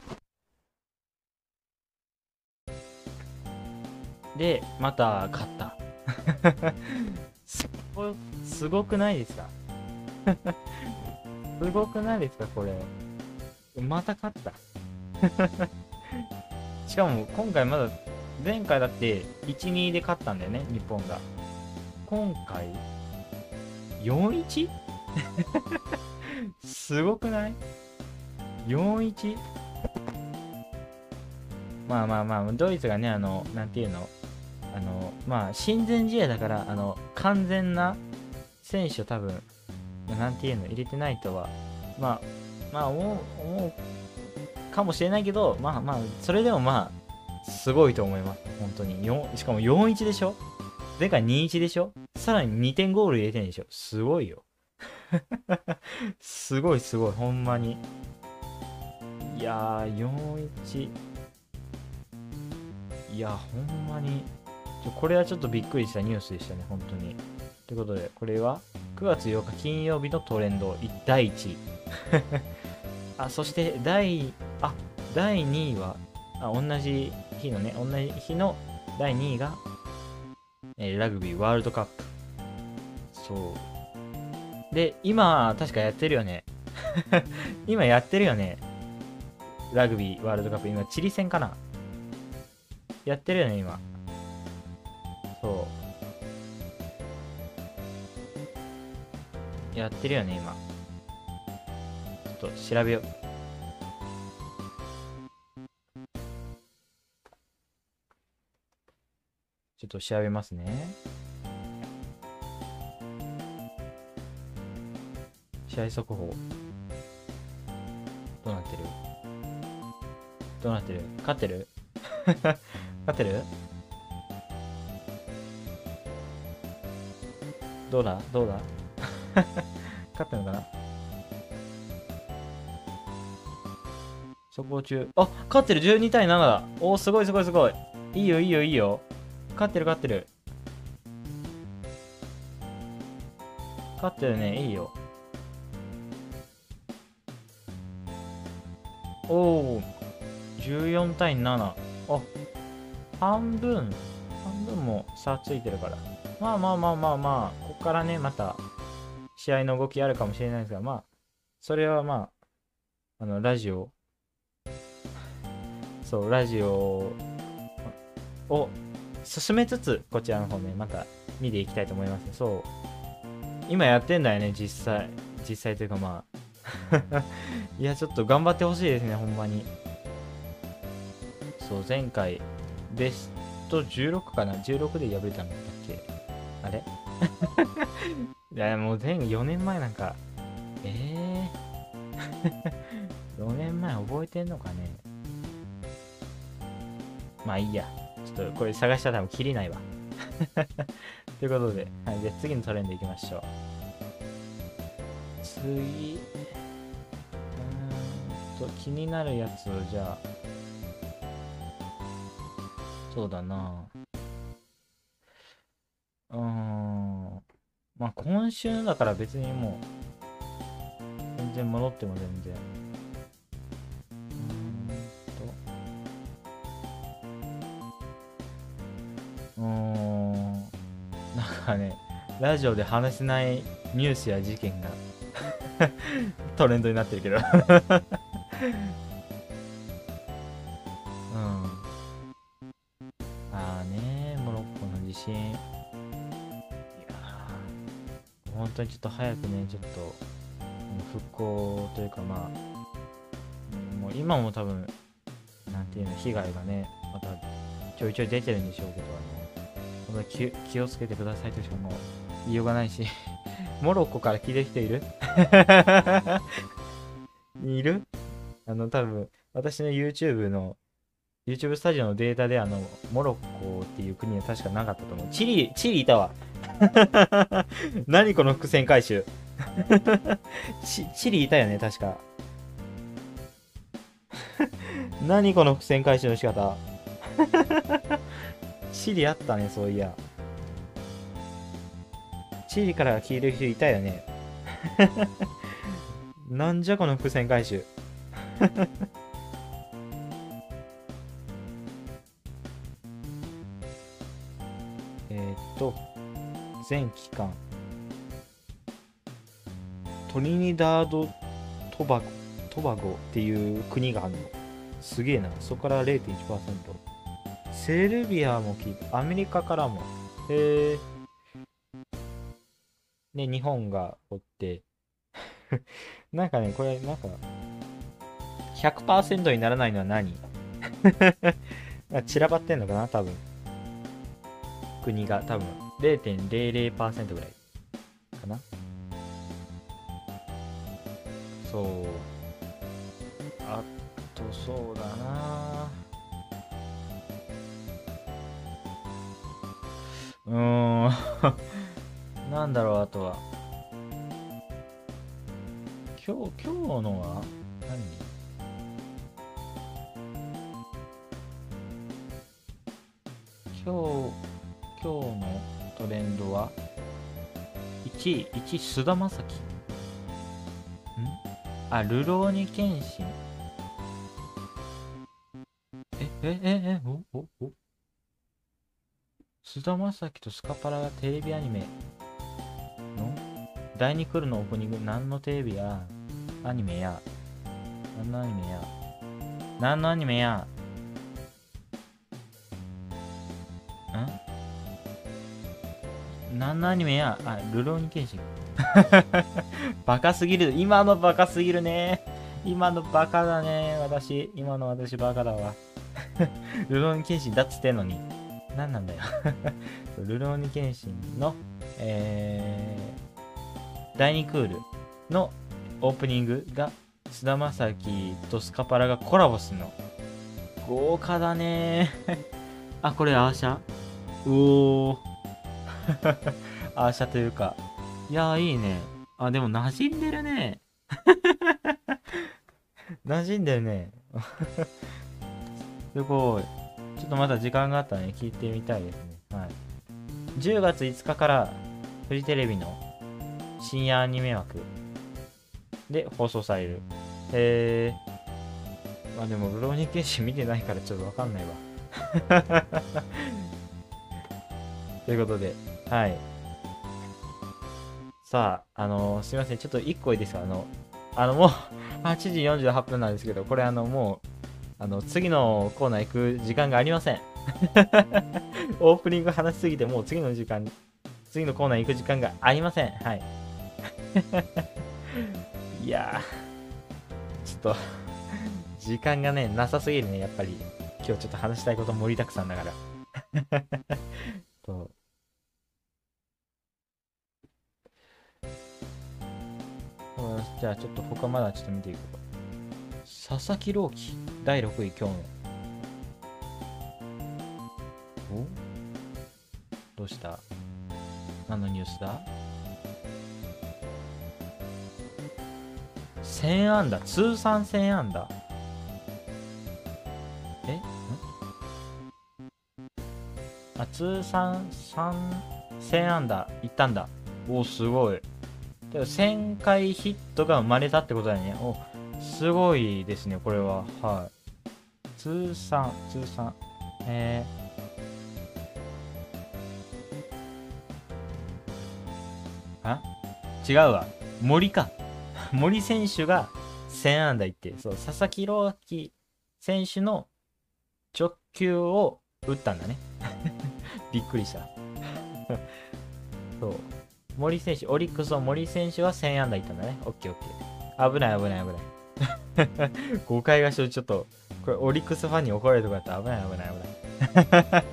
で、また勝った。すご、すごくないですか？すごくないですかこれ。また勝った。しかも今回まだ、前回だっていちたいにで勝ったんだよね、日本が。今回、よんたいいち？ すごくない？ よんたいいち？ まあまあまあ、ドイツがね、あの、なんていうの、あの、まあ、親善試合だから、あの、完全な選手を多分、なんていうの、入れてないとは、まあ、まあ、思う、思うかもしれないけど、まあまあ、それでもまあ、 すごいと思います。本当に。よんしかもよんいちでしょ。前回にいちでしょ。さらににてんゴール入れてんでしょ。すごいよ。すごいすごい、ほんまに。いやー、よんいち。いや、ほんまに。ちょこれはちょっとびっくりしたニュースでしたね、本当に。ということで、これはくがつようか金曜日のトレンドだいいちい。あ、そして第、あ、だいにいは、あ、同じ日のね、同じ日のだいにいが、えーラグビーワールドカップ。そう。で、今、確かやってるよね。今やってるよね。ラグビーワールドカップ。今、チリ戦かな。やってるよね、今。そう。やってるよね、今。ちょっと調べよう。ちょっと調べますね。試合速報。どうなってる？どうなってる？勝ってる？勝ってる？どうだどうだ勝ってるのかな。速報中。あ、勝ってる。じゅうにたいななだ。おー、すごいすごいすごい。いいよいいよいいよ。勝ってる勝ってる。勝ってるね。いいよ。おお、じゅうよんたいなな。あ、半分、半分も差ついてるから。まあまあまあまあまあ、ここからね、また、試合の動きあるかもしれないですが、まあ、それはまあ、あの、ラジオ、そう、ラジオを進めつつ、こちらの方ね、また見ていきたいと思います。そう。今やってんだよね、実際。実際というかまあ。いや、ちょっと頑張ってほしいですね、ほんまに。そう、前回、ベストじゅうろくかな ?じゅうろく で敗れたんだっけあれいや、もう前よねんまえなんか、えー、よねんまえ覚えてんのかね。まあいいや。ちょっとこれ探したら多分切りないわ。ということで、はい、じゃあ次のトレンドいきましょう。次、うーんと、気になるやつをじゃあ、そうだなうーん。まあ今週のだから別にもう、全然戻っても全然。うーんと。うーん。なんかね、ラジオで話せないニュースや事件がトレンドになってるけどうん。ああね、モロッコの地震。いやー、本当にちょっと早くね、ちょっと復興というかまあ、もう今も多分、なんていうの、被害がね、またちょいちょい出てるんでしょうけど、あの、本当に 気, 気をつけてくださいとしかもう言いようがないし、モロッコから聞いてる人いるいるあの、多分、私の YouTube の、YouTube スタジオのデータで、あの、モロッコっていう国は確かなかったと思う。チリ、チリいたわ。何この伏線回収チ。チリいたよね、確か。何この伏線回収の仕方チリあったね、そういや。チリから聞いてる人いたよね。なんじゃこの伏線回収。えっと、全期間。トリニダード・トバゴ、トバゴっていう国があるの。すげえな。そこから れいてんいちパーセント。セルビアも聞いて、アメリカからも。へえ。で、日本がおって。なんかね、これ、なんか、ひゃくパーセント にならないのは何散らばってんのかな多分。国が多分 れいてんれいれいパーセント ぐらいかな。そう。あとそうだなうーん。なんだろう、あとは。今日、今日のは何？今日、今日のトレンドはいちい、いちい、菅田将暉。んあ、ルローニケンシン。え、え、え、え、お、お、お。菅田将暉とスカパラがテレビアニメのだいにクールのオープニング、何のテレビやアニメや何のアニメや何のアニメやん何のアニメやあ、ルローニケンシン。バカすぎる。今のバカすぎるね。今のバカだね。私、今の私バカだわ。ルローニケンシンだっつってんのに。何なんだよ。ルローニケンシンの、えー、だいにクールのオープニングが菅田将暉とスカパラがコラボするの。豪華だね。あ、これアーシャ？おー。アーシャというか。いやーいいね。あ、でも馴染んでるね。馴染んでるね。すごい。ちょっとまだ時間があったらね、聞いてみたいですね。はい。じゅうがついつかからフジテレビの深夜アニメ枠で放送される。へー。まあでも、ルローニケンシン見てないからちょっとわかんないわ。ということで、はい。さあ、あのー、すいません。ちょっといっこいいですか？あの、あの、もう、はちじよんじゅうはっぷんなんですけど、これあの、もう、あの、次のコーナー行く時間がありません。オープニング話しすぎて、もう次の時間、次のコーナー行く時間がありません。はい。いやー、ちょっと、時間がね、なさすぎるね、やっぱり。今日ちょっと話したいこと盛りだくさんだから。そう。じゃあちょっと他まだちょっと見ていこう。佐々木朗希だいろくい今日の。お？どうした？何のニュースだ？せん安打、通算せん安打。え？ん？あ、通算さん、せん安打いったんだ。お、すごい。せんかいヒットが生まれたってことだよね。お、すごいですね、これは。はい。通算、通算。えー。あ？違うわ。森か。森選手がせん安打いって、そう、佐々木朗希選手の直球を打ったんだね。びっくりした。そう。森選手、オリックスの森選手はせん安打いったんだね。オッケーオッケー。危ない危ない危ない。誤解がしちょっと、これオリックスファンに怒られるとかだったら危ない危ない危ない。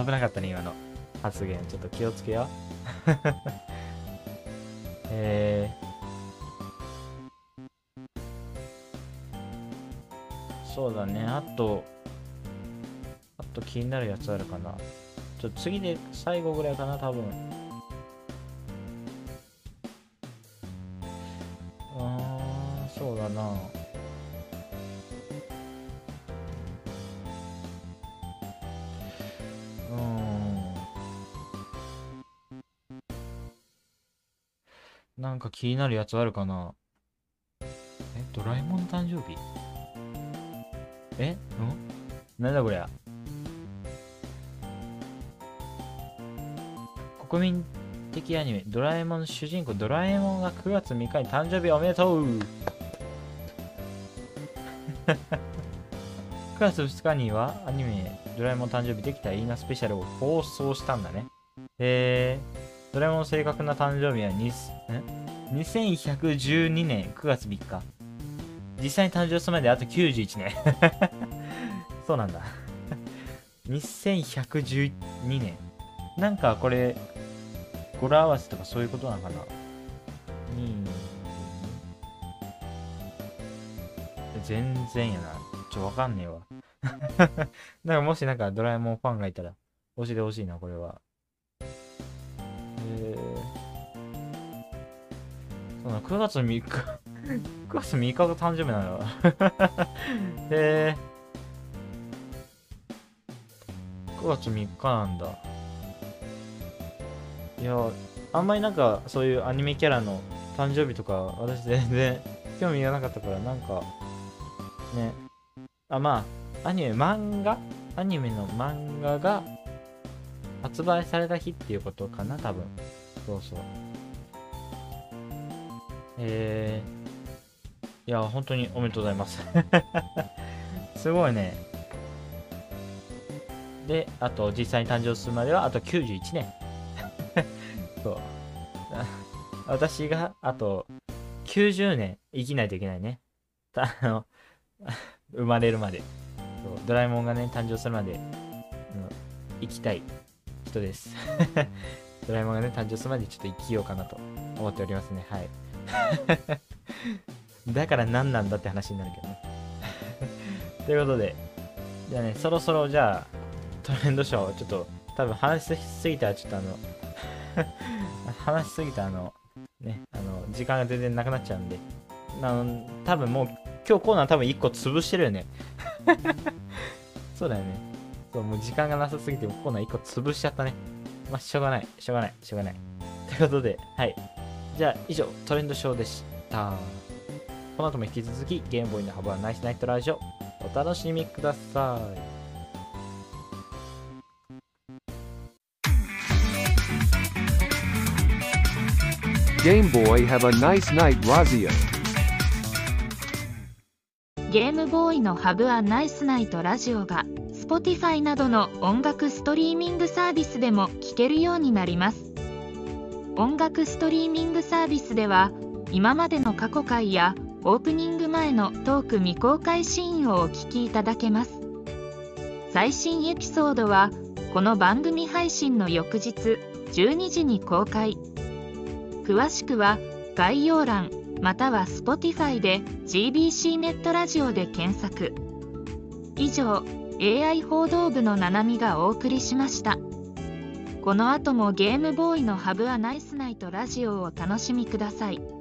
危なかったね、今の発言。ちょっと気をつけよう。えー、そうだね。あと、あと気になるやつあるかな。ちょっと次で最後ぐらいかな、多分。そうだな。うーん。なんか気になるやつあるかな。え、ドラえもん誕生日？え？ん？なんだこりゃ。国民的アニメ、ドラえもんの主人公、ドラえもんがくがつみっかに誕生日おめでとう。くがつふつかにはアニメドラえもん誕生日できたらいいなスペシャルを放送したんだね。えー、ドラえもんの正確な誕生日はにせんひゃくじゅうにねんくがつみっか。実際に誕生するまであときゅうじゅういちねん。そうなんだ。にせんひゃくじゅうにねん。なんかこれ、語呂合わせとかそういうことなのかな。に全然やな。ちょ、わかんねえわ。だからもしなんかドラえもんファンがいたら教えてほしいな、これは。 そうな、くがつみっか、くがつみっかが誕生日なの。へえ。くがつみっかなんだ。いや、あんまりなんか、そういうアニメキャラの誕生日とか、私全然興味がなかったから、なんか、ね。あ、まあ、アニメ、漫画アニメの漫画が発売された日っていうことかな、多分。そうそう。えー、いや、本当におめでとうございます。すごいね。で、あと、実際に誕生するまでは、あときゅうじゅういちねん。そう。私が、あと、きゅうじゅうねん生きないといけないね。あの、生まれるまで。そうドラえもんがね、誕生するまで、うん、生きたい人です。ドラえもんがね、誕生するまでちょっと生きようかなと思っておりますね。はい。だから何なんだって話になるけどね。ということで、じゃあね、そろそろじゃあ、トレンドショー、ちょっと、多分話しすぎたら、ちょっとあの、話しすぎたあの、ね、あの、時間が全然なくなっちゃうんで、あの、多分もう、今日コーナー多分いっこ潰してるよね。そうだよね。そう、もう時間がなさすぎて、コーナーいっこ潰しちゃったね。まあ、しょうがない、しょうがない、しょうがない。ということで、はい。じゃあ、以上、トレンドショーでした。この後も引き続き、ゲームボーイのハブはナイスナイトラジオ、お楽しみください。 Game Boy have a nice night Radio。 ゲームボーイのハブはナイスナイトラジオが Spotify などの音楽ストリーミングサービスでも聴けるようになります。音楽ストリーミングサービスでは今までの過去回やオープニング前のトーク未公開シーンをお聞きいただけます。最新エピソードはこの番組配信の翌日じゅうにじに公開。詳しくは概要欄または Spotify で ジービーシー ネットラジオで検索。以上、エーアイ 報道部のななみがお送りしました。この後もゲームボーイのハブはナイスナイトラジオをお楽しみください。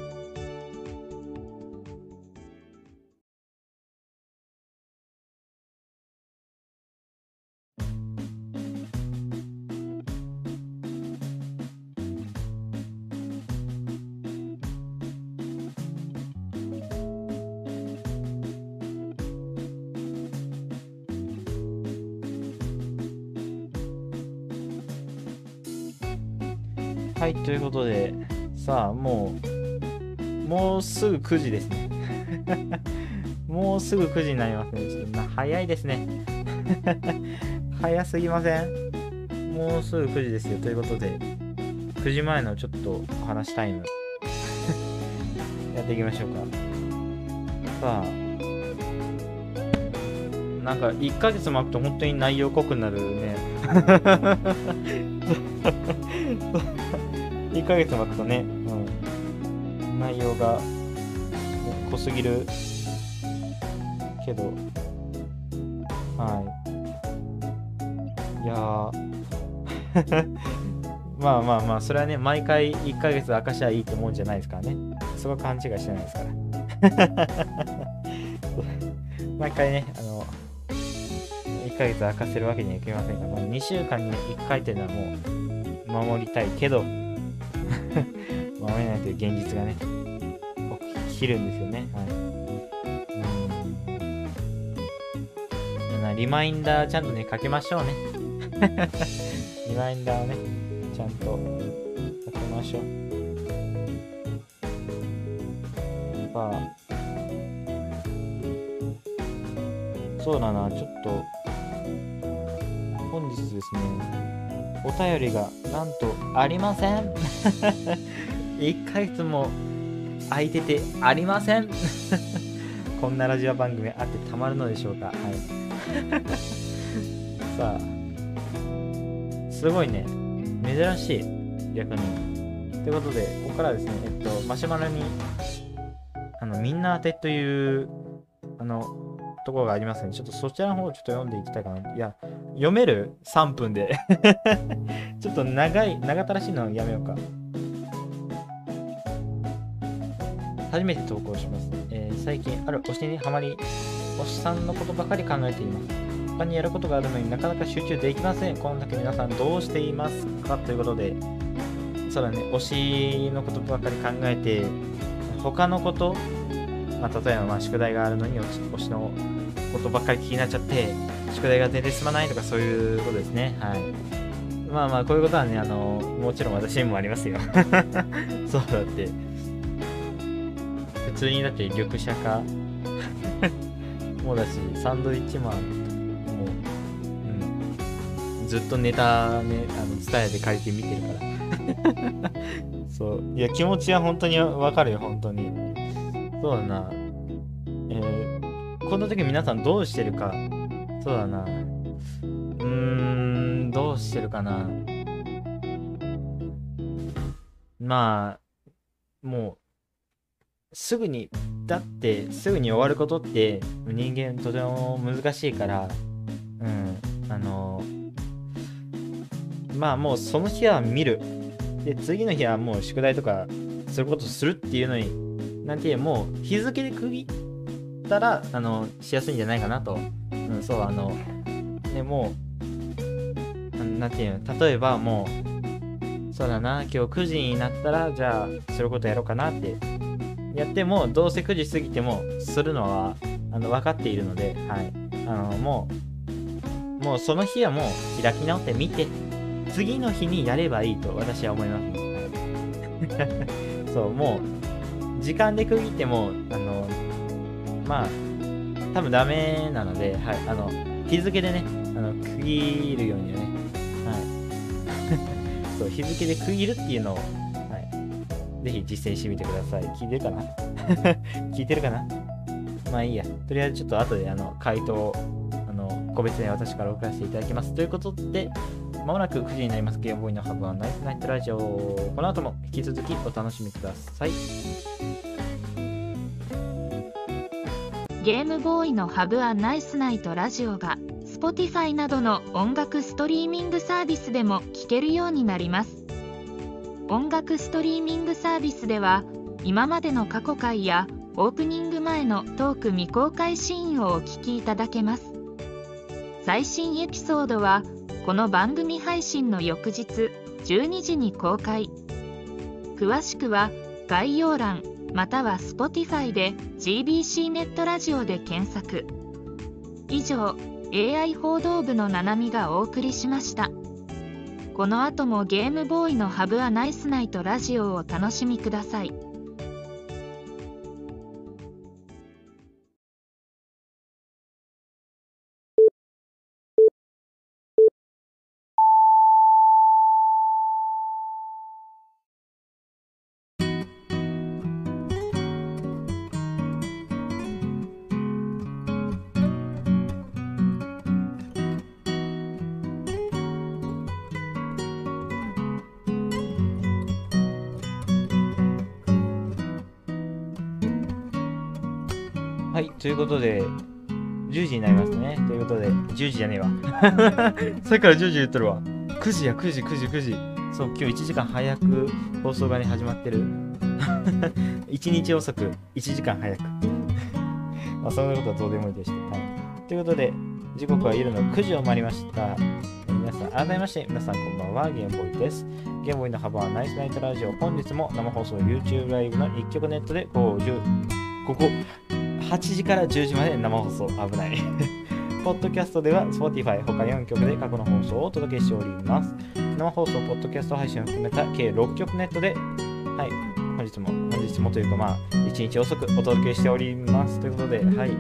はい、ということで、さあ、もう、もうすぐくじですね。もうすぐくじになりますね。ちょっと早いですね。早すぎません？もうすぐくじですよ。ということで、くじまえのちょっとお話タイム、やっていきましょうか。さあ、なんかいっかげつ巻くと本当に内容濃くなるね。いっかげつ巻くとね、うん、内容が濃すぎるけど、はい。いやー、まあまあまあ、それはね、毎回いっかげつ明かしゃいいってもんじゃないですからね。そこは勘違いしてないですから。毎回ね、あの、いっかげつ明かせるわけにはいきませんが、まあ、にしゅうかんにいっかいっていうのはもう守りたいけど、守れないという現実がね、起きるんですよね。はい。うん。リマインダーちゃんとね、かけましょうね。リマインダーをね、ちゃんとかけましょう。さあ、そうだな、ちょっと、本日ですね、お便りがなんとありません。いっかげつも空いててありません。こんなラジオ番組あってたまるのでしょうか。はい。さあ、すごいね、珍しい、逆に。ということで、ここからですね、えっと、マシュマロに、あの、みんな宛てという、あの、ところがありますね。ちょっとそちらの方をちょっと読んでいきたいかな。いや、読める ?さん 分で。ちょっと長い、長たらしいのはやめようか。 初めて投稿します。えー最近ある推しにはまり、推しさんのことばかり考えています。他にやることがあるのになかなか集中できません。この時皆さんどうしていますかということで、そうだね、推しのことばかり考えて、他のこと、まあ、例えばまあ宿題があるのに推し推しのことばっかり気になっちゃって、宿題が全然進まないとかそういうことですね。はい。まあまあ、こういうことはね、あの、もちろん私にもありますよ。そうだって。普通にだって緑茶か。もうだし、サンドイッチマン、もう、うん。ずっとネタね、あの、ツタヤで借りて見てるから。そう。いや、気持ちは本当にわかるよ、本当に。そうだな。えー、こんな時皆さんどうしてるか。そうだな。うーん、どうしてるかな。まあ、もう、すぐに、だって、すぐに終わることって、人間とても難しいから、うん、あの、まあもうその日は見る。で、次の日はもう宿題とかすることするっていうのに、なんていう、もう日付で区切ったら、あの、しやすいんじゃないかなと。うん、そう、あの、ね、もう、なんていうの、例えばもう、そうだな、今日くじになったら、じゃあ、することやろうかなってやっても、どうせくじ過ぎても、するのは、あの、分かっているので、はい。あの、もう、もうその日はもう開き直ってみて、次の日にやればいいと私は思います、ね。そう、もう、時間で区切っても、あの、まあ、多分ダメなので、はい。あの、日付でね、あの、区切るようにね、はい。そう、日付で区切るっていうのを、はい。ぜひ実践してみてください。聞いてるかな聞いてるかなまあいいや。とりあえずちょっと後で、あの、回答を、あの、個別に私から送らせていただきます。ということで、まもなくくじになります。ゲームボーイのハブはナイトナイトラジオ。この後も引き続きお楽しみください。 ゲームボーイのハブはナイスナイトラジオが Spotify などの音楽ストリーミングサービスでも聴けるようになります。音楽ストリーミングサービスでは今までの過去回やオープニング前のトーク未公開シーンをお聞きいただけます。最新エピソードはこの番組配信の翌日じゅうにじに公開。詳しくは概要欄または Spotify で ジービーシー ネットラジオで検索。以上、エーアイ 報道部のななみがお送りしました。この後もゲームボーイのハブはナイスナイトラジオをお楽しみください。 はい、ということで、じゅうじになりますね。ということで、じゅうじじゃねえわ。さっきからじゅうじ言っとるわ。くじや、くじ、くじ、くじ。そう、今日いちじかん早く放送がね、始まってる。いちにち遅く、いちじかん早く。まあ、そんなことはどうでもいいでして。はい。ということで、時刻は夜のくじを回りました。皆さん、改めまして、皆さんこんばんは、ゲームボーイです。ゲームボーイのハブはナイスナイトラジオ。本日も生放送 YouTube ライブの一曲ネットでごじゅう、ここ、はちじからじゅうじまで生放送。危ない。ポッドキャストでは Spotify 他よんきょくで過去の放送をお届けしております。生放送、ポッドキャスト配信を含めた計ろっきょくネットで、はい、本日も、本日もというかまあ、いちにち遅くお届けしております。ということで、はい。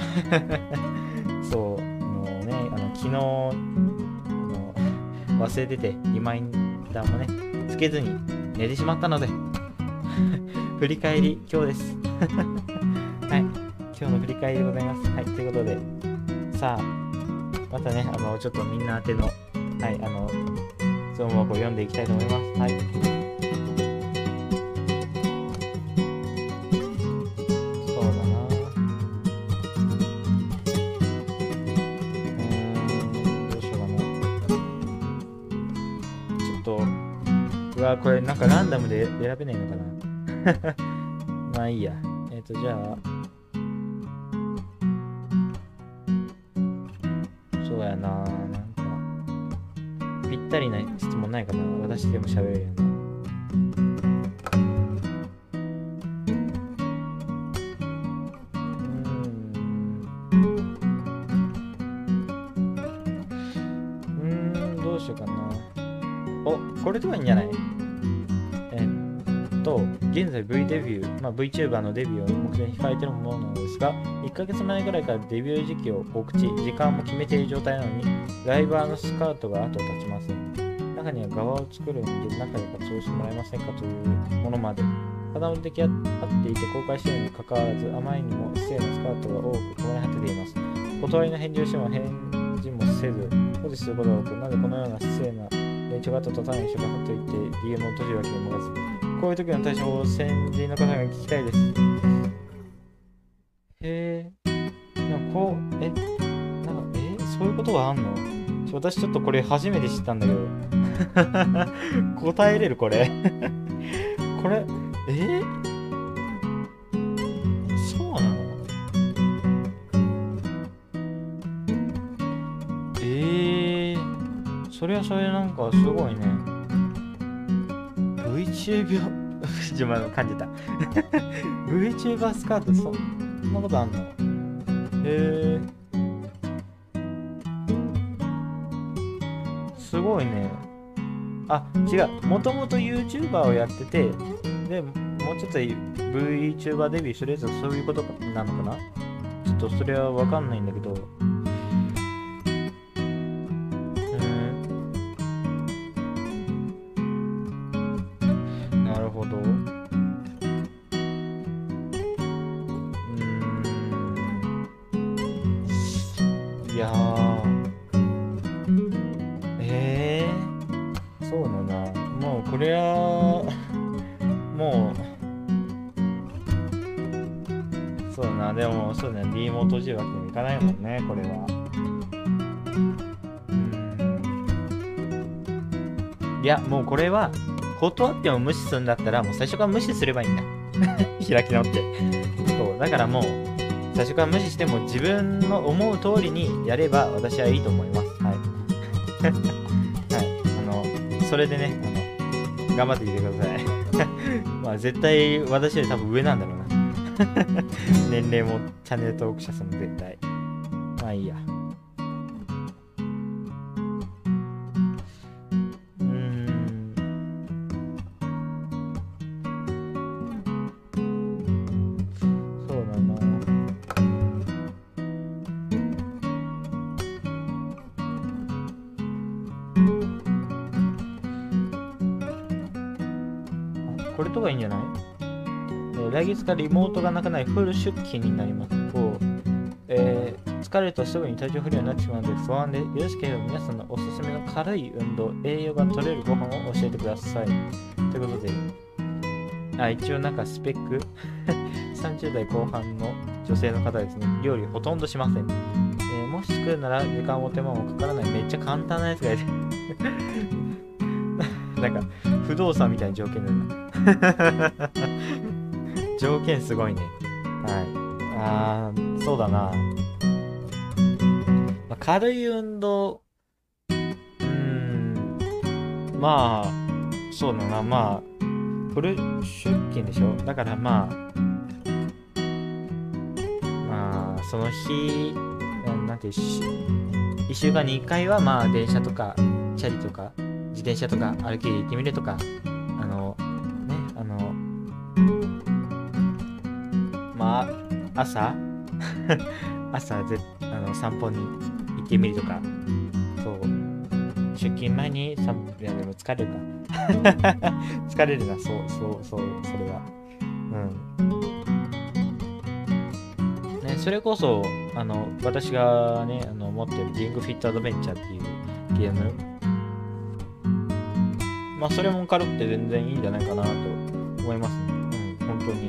そう、もうね、あの、昨日、あの忘れてて、リマインダーもね、つけずに寝てしまったので、振り返り、今日です。はい。今日の振り返りでございます。はい。ということで、さあ、またね、あの、ちょっとみんな宛ての、はい、あの、質問箱を読んでいきたいと思います。はい。そうだな。うーん、どうしようかな。ちょっと、うわ、これなんかランダムで選べないのかな。 まあいいや。えっ、ー、と、じゃあ、そうやな、なんか、ぴったりな質問ないかな。私でも喋れるような。これとかいいんじゃない？えっと、現在 V デビュー、まあ、VTuber のデビューを目標に控えているものなのですが、いっかげつまえぐらいからデビュー時期を告知、時間も決めている状態なのに、ライバーのスカウトが後を絶ちません。中には側を作るので中で活動してもらえませんかというものまで。肌の出来合っていて公開しているにもかかわらず、あまりにも失礼なスカウトが多く困り果てています。断りの返事をしても返事もせず、保持することが多く、なぜこのような失礼な連中があった途端にしばらくと言って ディーエム を閉じるわけにもいかず、こういう時の対処を先人の方が聞きたいです。へえ、なんかこう、え、なんか、え、そういうことがあんの？私ちょっとこれ初めて知ったんだけど。答えれるこれ。これ、えそうなの？えー、それはそれなんかすごいね。VTuber、自分の感じた。VTuber スカート、そんなことあんの？へー。すごいね。あ、違う。もともと YouTuber をやってて、で、もうちょっと VTuber デビューするやつはそういうことなのかな？ちょっとそれはわかんないんだけど。なるほど。うーん。いやー。そうだな。もうこれはもうそうだな。でもそうだね。D も閉じるわけにもいかないもんね、これは。うーん。いや、もうこれは断っても無視するんだったらもう最初から無視すればいいんだ。開き直って。そうだからもう最初から無視しても自分の思う通りにやれば私はいいと思います。はい。それでね、あの頑張ってきてください。まあ絶対私より多分上なんだろうな。年齢もチャンネル登録者数も絶対。まあいいや。うーん。そうだな。これとかいいんじゃない？えー、来月からリモートがなくなりフル出勤になります。こう、えー、疲れるとすぐに体調不良になってしまうので不安で、よろしければ皆さんのおすすめの軽い運動、栄養が取れるご飯を教えてください。ということで、あ、一応なんかスペックさんじゅう代後半の女性の方ですね。料理ほとんどしません。えー、もし作るなら時間も手間もかからないめっちゃ簡単なやつがいる。なんか不動産みたいな条件だな。条件すごいね。はい。あー、そうだな。まあ、軽い運動、うーん、まあ、そうだな。まあ、フル出勤でしょ。だからまあ、まあ、その日、なんていうし、いっしゅうかんにいっかいはまあ、電車とか、チャリとか、自転車とか歩きで行ってみるとか、あの、ね、あの、まあ、朝朝ぜあの散歩に行ってみるとか、そう、出勤前に散歩、いやでも疲れるか。疲れるな、そう、そう、そう、それは。うん。ね、それこそ、あの、私がね、あの、持ってるリングフィットアドベンチャーっていうゲーム、まあそれも軽くて全然いいんじゃないかなと思いますね。うん、本当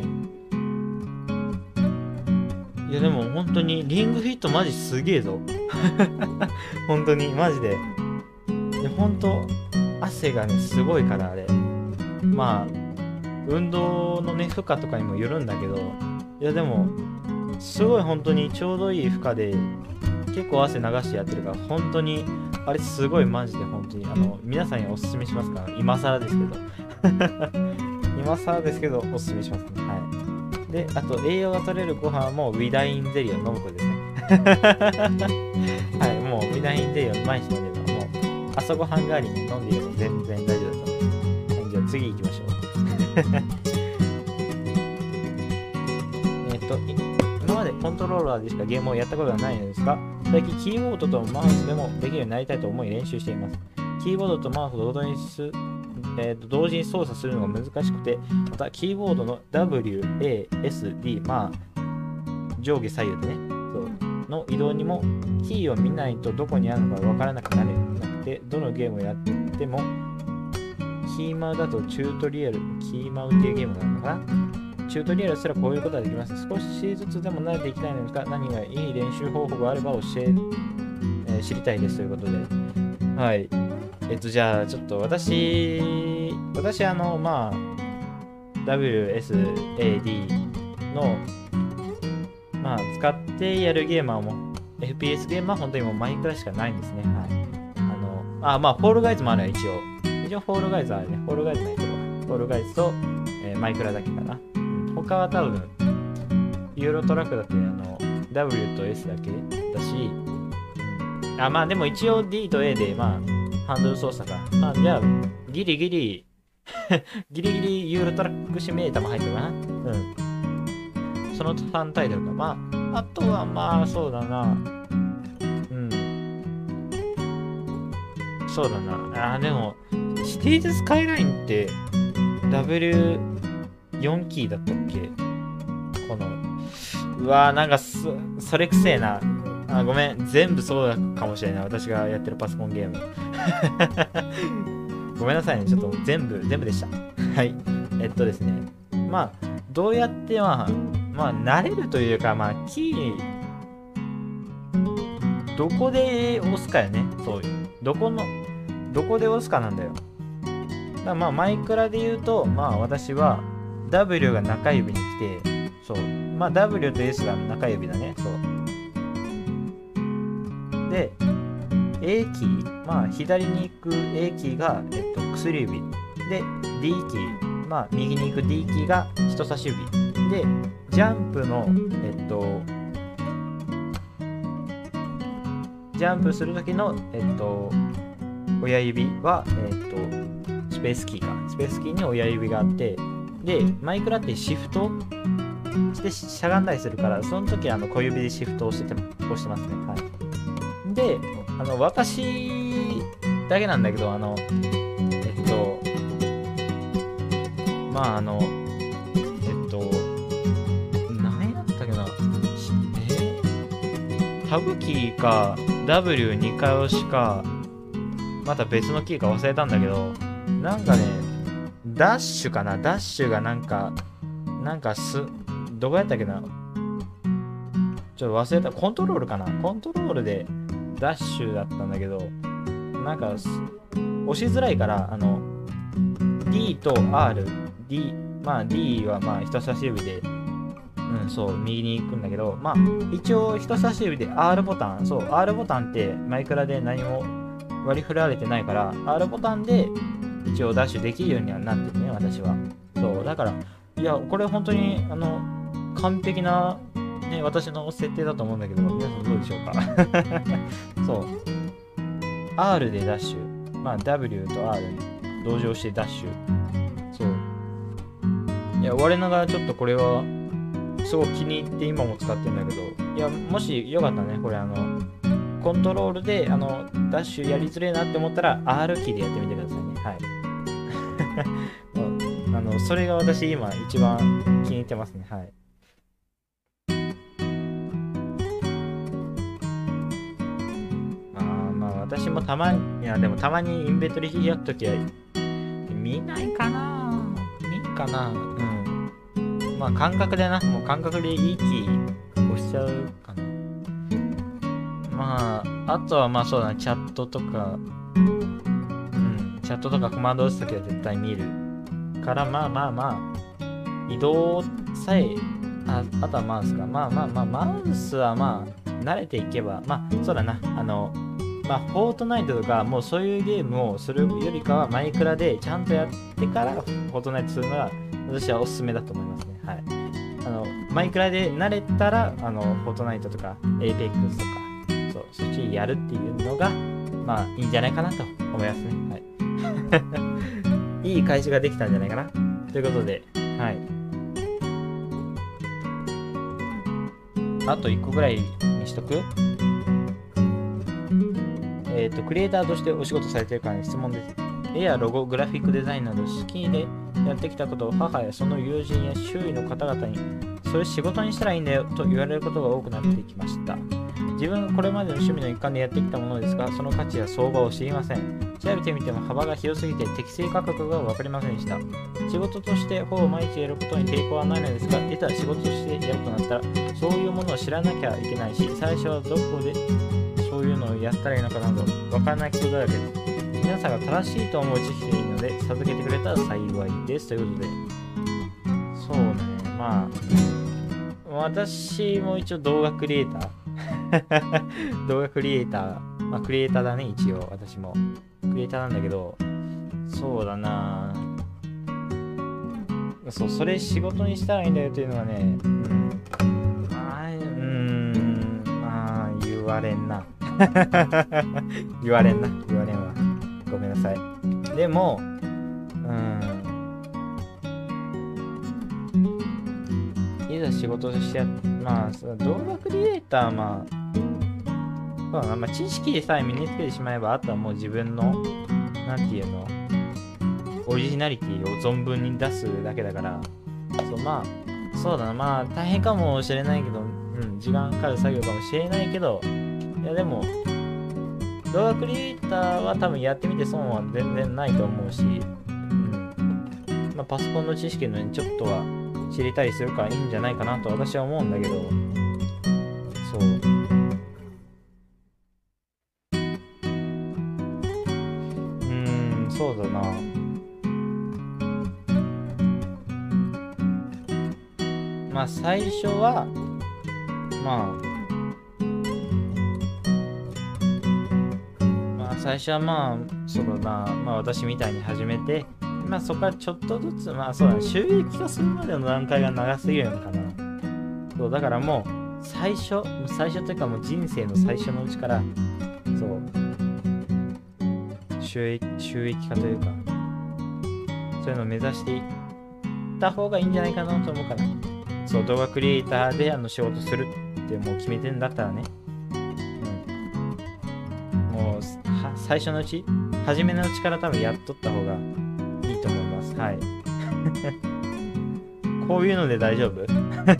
に。いやでも本当にリングフィットマジすげえぞ。本当にマジで。いや本当汗がねすごいからあれ。まあ運動のね負荷とかにもよるんだけど、いやでもすごい本当にちょうどいい負荷で結構汗流してやってるから、本当にあれすごいマジで本当にあの皆さんにおすすめしますから、今更ですけど今更ですけどおすすめしますね。はい。で、あと栄養が取れるご飯もウィダインゼリーを飲むことですねはい、もうウィダインゼリーを毎日飲んでるのはもう朝ごはん代わりに飲んでいれば全然大丈夫だと思います。はい、じゃあ次行きましょうえっと今までコントローラーでしかゲームをやったことがないのですが、最近キーボードとマウスでもできるようになりたいと思い練習しています。キーボードとマウスを同時にす、えー、と同時に操作するのが難しくて、またキーボードの ダブリュー、エー、エス、ディー、まあ上下左右でね、そうの移動にもキーを見ないとどこにあるのかわからなくなるなくて、どのゲームをやってもキーマウだとチュートリアル、キーマウっていうゲームがあるのかな。チュートリアルすらこういうことができます。少しずつでも慣れていきたいのですが、何がいい練習方法があれば教え、えー、知りたいですということで。はい。えっと、じゃあ、ちょっと私、私、あの、まあ、ダブリューエスエーディー の、まあ、使ってやるゲームはもう、エフピーエス ゲームは本当にもうマイクラしかないんですね。はい。あの、あ、まあ、フォールガイズもあるよ、一応。一応、フォールガイズはあるね。フォールガイズないけど、フォールガイズと、えー、マイクラだけかな。他は多分、ユーロトラックだってあの ダブリュー と エス だけだし、あ、まあでも一応 ディー と エー で、まあ、ハンドル操作が。まあ、じゃあ、ギリギリ、ギリギリユーロトラックシミュレーターも入ってるかな。うん。そのさんタイトルか。まあ、あとはまあ、そうだな。うん。そうだな。あ、でも、シティーズスカイラインって、ダブリュー、よんキーだったっけ？この、うわーなんかそ、それくせえな。あ、ごめん。全部そうだかもしれない。私がやってるパソコンゲーム。ごめんなさいね。ちょっと全部、全部でした。はい。えっとですね。まあ、どうやってまあ、まあ、慣れるというか、まあ、キー、どこで押すかよね。そういう。どこの、どこで押すかなんだよ。だからまあ、マイクラで言うと、まあ、私は、ダブリュー が中指に来て、そう。まあ ダブリュー と エス が中指だね。そう。で、A キー、まあ左に行く A キーが、えっと、薬指。で、D キー、まあ右に行く D キーが人差し指。で、ジャンプの、えっと、ジャンプするときの、えっと、親指は、えっと、スペースキーか。スペースキーに親指があって、で、マイクラってシフトしてしゃがんだりするから、その時あの小指でシフトを押してて押してますね。はい。で、あの、私だけなんだけど、あの、えっと、まああの、えっと、何やったっけな、えタブキーか ダブリューに 回押しか、また別のキーか忘れたんだけど、なんかね、ダッシュかなダッシュがなんか、なんかす、どこやったっけなちょっと忘れた。コントロールかなコントロールでダッシュだったんだけど、なんか、押しづらいから、あの、D と R、D、まあ D はまあ人差し指で、うん、そう、右に行くんだけど、まあ、一応人差し指で R ボタン、そう、R ボタンってマイクラで何も割り振られてないから、R ボタンで、一応ダッシュできるようにはなってるね、私は。そう、だから、いや、これ本当に、あの、完璧な、ね、私の設定だと思うんだけど、皆さんどうでしょうかそう。R でダッシュ。まあ、ダブリュー と R に同乗してダッシュ。そう。いや、我ながらちょっとこれは、すごく気に入って今も使ってるんだけど、いや、もしよかったね、これあの、コントロールで、あの、ダッシュやりづれえなって思ったら、R キーでやってみてくださいね。はい。あの、それが私今一番気に入ってますね。はい。まあまあ、私もたまに、いや、でもたまにインベントリー開くときは、見ないかな見んかなうん。まあ、感覚でな。もう感覚でいいキー押しちゃうかな。まあ、あとはまあそうだな、チャットとか、うん、チャットとかコマンド打つときは絶対見る。 からまあまあまあ移動さえ あ, あとはマウスかまあまあまあマウスはまあ慣れていけばまあそうだなあのまあフォートナイトとかもうそういうゲームをするよりかはマイクラでちゃんとやってからフォートナイトするのが私はおすすめだと思いますね。はい。あのマイクラで慣れたらあのフォートナイトとかエイペックスとかそうそっちやるっていうのがまあいいんじゃないかなと思いますね。はい。いい開始ができたんじゃないかなということで、はい。あといっこぐらいにしとく。えっと、クリエイターとしてお仕事されているからに質問です。絵やロゴ、グラフィックデザインなど好きでやってきたことを母やその友人や周囲の方々にそれ仕事にしたらいいんだよと言われることが多くなってきました。自分がこれまでの趣味の一環でやってきたものですが、その価値や相場を知りません。調べてみても幅が広すぎて適正価格が分かりませんでした。仕事としてほぼ毎日やることに抵抗はないのですが、得た仕事としてやるとなったらそういうものを知らなきゃいけないし、最初はどこでそういうのをやったらいいのかなど分からないことだらけです。皆さんが正しいと思う知識でいいので授けてくれたら幸いですということで、そうね、まあ私も一応動画クリエイター動画クリエイター、まあクリエイターだね、一応私もクリエイターなんだけど、そうだなそうそれ仕事にしたらいいんだよというのはね、うんあーうーんまあ言われんな言われんな言われんわ、ごめんなさい。でもうーんいざ仕事してやまあ動画クリエイターまあそうだな、まあ、知識でさえ身につけてしまえばあとはもう自分のなんていうのオリジナリティを存分に出すだけだから、そうまあそうだな、まあ大変かもしれないけど、うん、時間かかる作業かもしれないけど、いやでも動画クリエイターは多分やってみて損は全然ないと思うし、うんまあ、パソコンの知識のちょっとは知りたりするからいいんじゃないかなと私は思うんだけど、そううーんそうだな、まあ最初はまあ最初はまあそうだな、まあ私みたいに始めて、まあそこからちょっとずつまあそうだね、収益化するまでの段階が長すぎるのかな。そうだからもう最初最初というかもう人生の最初のうちからそう収益収益化というかそういうのを目指していった方がいいんじゃないかなと思うから、そう動画クリエイターであの仕事するってもう決めてんだったらね、もう最初のうち初めのうちから多分やっとった方がいいと思います。はいこういうので大丈夫こ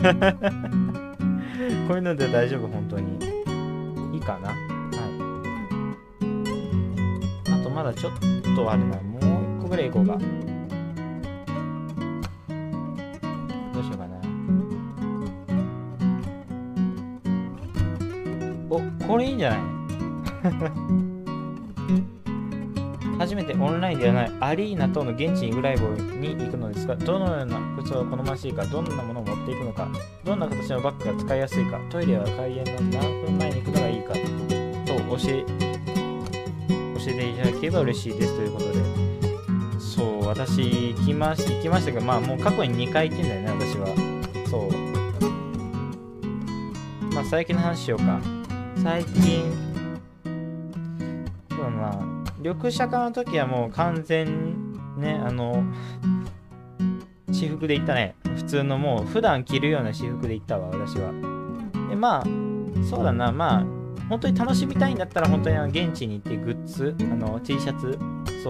ういうので大丈夫、本当にいいかな。はいあとまだちょっとあるな、もう一個ぐらいいこうか。どうしようかな。お、これいいんじゃない初めてオンラインではないアリーナ等の現地にグライブに行くのですが、どのような靴が好ましいか、どんなものを持っていくのか、どんな形のバッグが使いやすいか、トイレは開園の何分前に行くのがいいかと教え教えていただければ嬉しいですということで、そう私行きまし行きましたが、まあもう過去ににかい行ってんだよね私は。そうまあ最近の話しようか。最近そうだな、緑茶化の時はもう完全ねあの私服で行ったね。普通のもう普段着るような私服で行ったわ私は。でまあそうだな、まあ本当に楽しみたいんだったら本当にあの現地に行ってグッズあの T シャツそう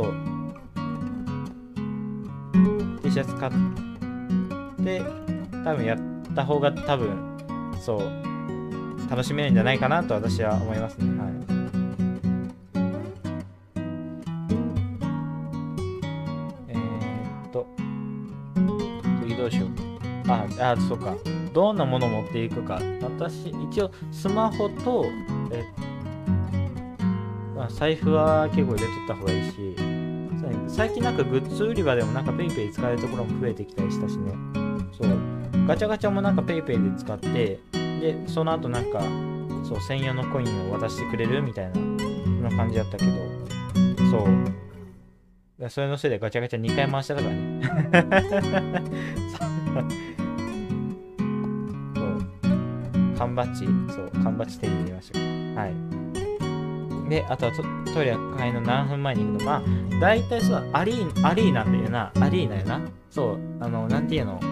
T シャツ買って多分やった方が多分そう楽しめるんじゃないかなと私は思いますね。はい。えー、っと次どうしよう。ああそうか。どんなものを持っていくか。私一応スマホとえ、まあ、財布は結構入れとった方がいいし、 最近なんかグッズ売り場でもなんか PayPay 使えるところも増えてきたりしたしね。そう。ガチャガチャもなんか PayPay で使って、で、その後なんか、そう、専用のコインを渡してくれるみたいな、そんな感じだったけど、そう。それのせいでガチャガチャにかい回したからね。そう。缶バッジ、そう、缶バッジ手に入れましたから。はい。で、あとはト, トイレ買いの何分前に行くの。まあ、だいたいそう、アリー、アリーなんだよな。アリーナよな。そう、あの、なんていうの。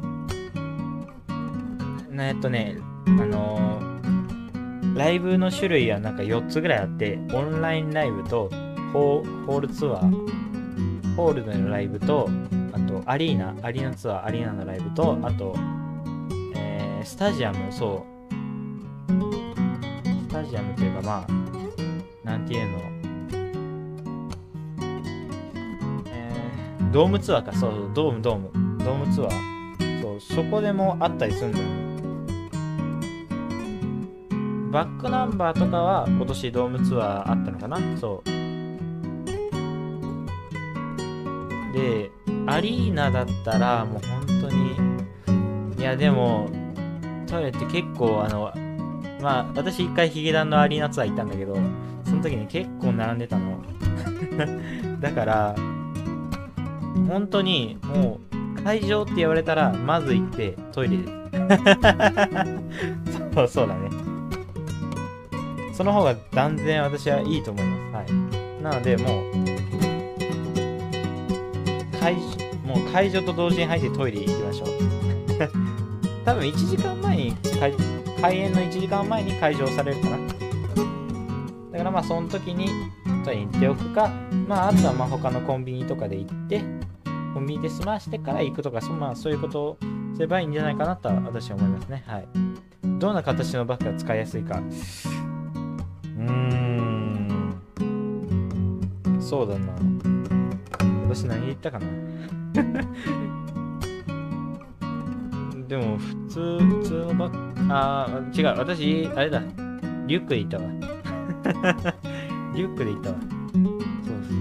えっとね、あのー、ライブの種類はなんかよっつぐらいあって、オンラインライブとホー、ホールツアー、ホールでのライブと、あとアリーナ、アリーナツアー、アリーナのライブと、あと、えー、スタジアム、そう。スタジアムというかまあ、なんていうの、えー、ドームツアーか、そうそう、ドーム、ドーム、ドームツアー。そう、そこでもあったりするんだよね。バックナンバーとかは今年ドームツアーあったのかな。そうで、アリーナだったらもう本当に、いやでもトイレって結構あのまあ私一回ヒゲダンのアリーナツアー行ったんだけど、その時に結構並んでたの。だから本当にもう会場って言われたらまず行ってトイレです。そうそうだね。その方が断然私はいいと思います。はい。なのでもう会もう会場と同時に入ってトイレ行きましょう。多分いちじかんまえに開開演のいちじかんまえに開場されるかな。だからまあその時にトイレに行っておくか、まああとはまあ他のコンビニとかで行ってコンビニで済ましてから行くとか、そまあそういうことをすればいいんじゃないかなと私は思いますね。はい。どんな形のバッグが使いやすいか。うーん、そうだな。私何言ったかな。でも普通普通のバッグ、あー違う、私あれだ、リュックで行ったわ。リュックで行ったわ。そうそう。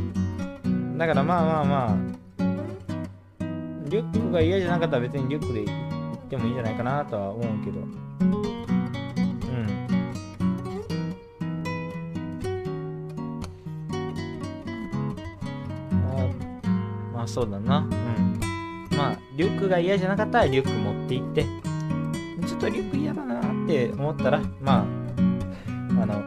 だからまあまあまあ、リュックが嫌じゃなかったら別にリュックで行ってもいいんじゃないかなとは思うけど。まあそうだな。うん。まあ、リュックが嫌じゃなかったらリュック持って行って、ちょっとリュック嫌だなって思ったら、まあ、あの、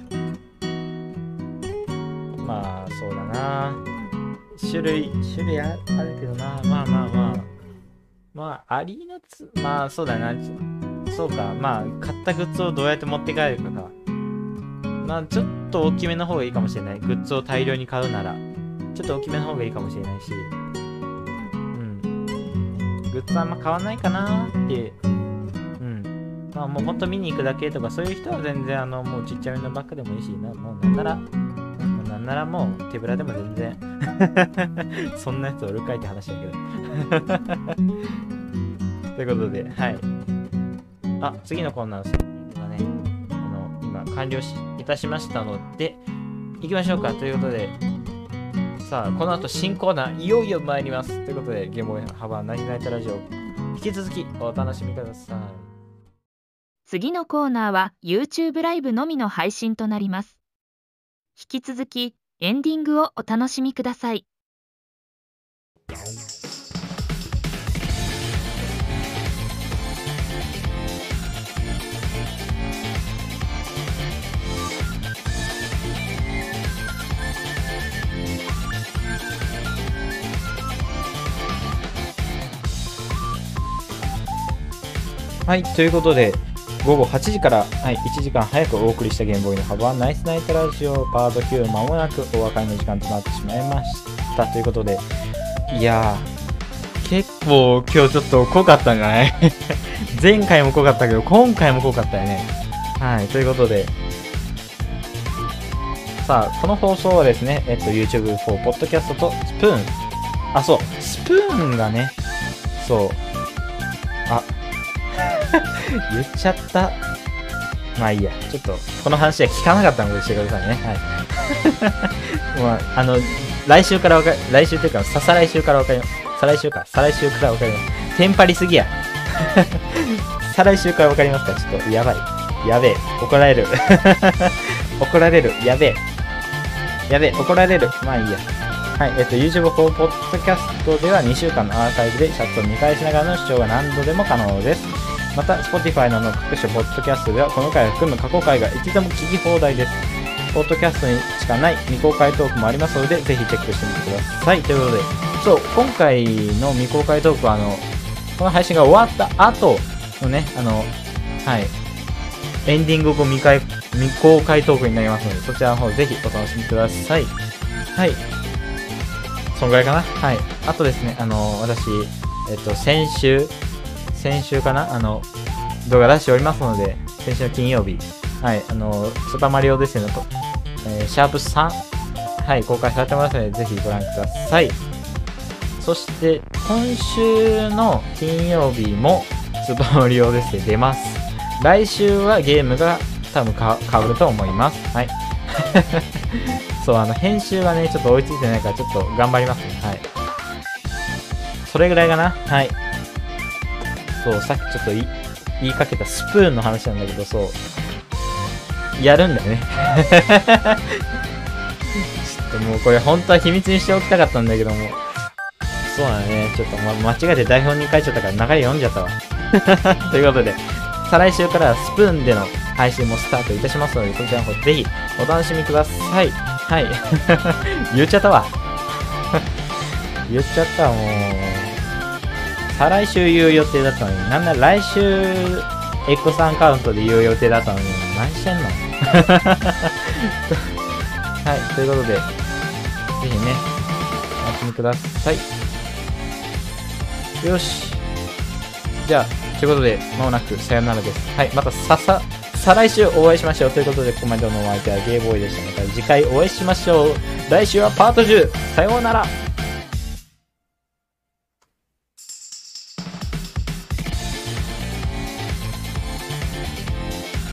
まあそうだな。種類、種類あるけどな。まあまあまあ。まあ、アリーナツ、まあそうだな。そうか。まあ、買ったグッズをどうやって持って帰るかか。まあ、ちょっと大きめの方がいいかもしれない。グッズを大量に買うなら。ちょっと大きめの方がいいかもしれないし、うん。グッズあんま買わないかなーって、うん。まあもうほんと見に行くだけとか、そういう人は全然あの、もうちっちゃめのバッグでもいいし、なもうなんなら、もうなんならもう手ぶらでも全然、そんなやつおるかいって話だけど。ということで、はい。あ、次のコーナーのセッティングがね、あの、今完了しいたしましたので、行きましょうか。ということで、さあ、この後新コーナーいよいよ参ります。ということで、ゲームボーイハバーナインナイトラジオ、引き続きお楽しみください。 次のコーナーは YouTube ライブのみの配信となります。引き続きエンディングをお楽しみください。 はい、ということで、ごごはちじから、はい、いちじかん早くお送りしたゲームボーイのハバーナイスナイトラジオパートきゅう、まもなくお別れの時間となってしまいましたということで、いやー、結構今日ちょっと濃かったんじゃない？前回も濃かったけど、今回も濃かったよね。はい、ということで、さあ、この放送はですね、えっと、YouTube フォー Podcast とスプーン、あ、そう、スプーンがね、そう、あ、言っちゃった。まあいいや。ちょっと、この話は聞かなかったのでしてくださいね。はい。まあ、あの、 来週からわかる、来週っていうか、ささ来週からわかります。再来週か、再来週からわかります。テンパりすぎや。再来週からわかりますか？ちょっと、やばい。やべえ。怒られる。怒られる。やべえ。やべえ。怒られる。まあいいや。はい。えっと、YouTube フォーポッドキャストではにしゅうかんのアーカイブでチャットを見返しながらの視聴が何度でも可能です。また、Spotify などの各種ポッドキャストでは、この回を含む過去回がいつでも聞き放題です。ポッドキャストにしかない未公開トークもありますので、ぜひチェックしてみてください。ということで、そう、今回の未公開トークは、あの、この配信が終わった後のね、あの、はい、エンディング後未開未公開トークになりますので、そちらの方ぜひお楽しみください。はい。そんぐらいかな。はい。あとですね、あの、私、えっと、先週、先週かなあの、動画出しておりますので、先週の金曜日、はい、あの、スーパーマリオオデッセイのと、えー、シャープさん、はい、公開されてますので、ぜひご覧ください。そして、今週の金曜日も、スーパーマリオオデッセイ出ます。来週はゲームが多分か被ると思います。はい。そう、あの、編集がね、ちょっと追いついてないから、ちょっと頑張りますね。はい。それぐらいかな。はい。そう、さっきちょっと言い、言いかけたスプーンの話なんだけど、そう。やるんだよね。ちょっともうこれ本当は秘密にしておきたかったんだけども。そうだね。ちょっと、ま、間違えて台本に書いちゃったから流れ読んじゃったわ。ということで、再来週からはスプーンでの配信もスタートいたしますので、そちらの方ぜひお楽しみください。はい。言っちゃったわ。言っちゃったわ、もう。再来週言う予定だったのに、なんなら来週、X アカウントで言う予定だったのに、何してんの？はい、ということで、ぜひね、お楽しみください。よし。じゃあ、ということで、まもなくさよならです。はい、またささ、再来週お会いしましょう。ということで、ここまでのお相手はゲイボーイでした。また次回お会いしましょう。来週はパートじゅう。さようなら。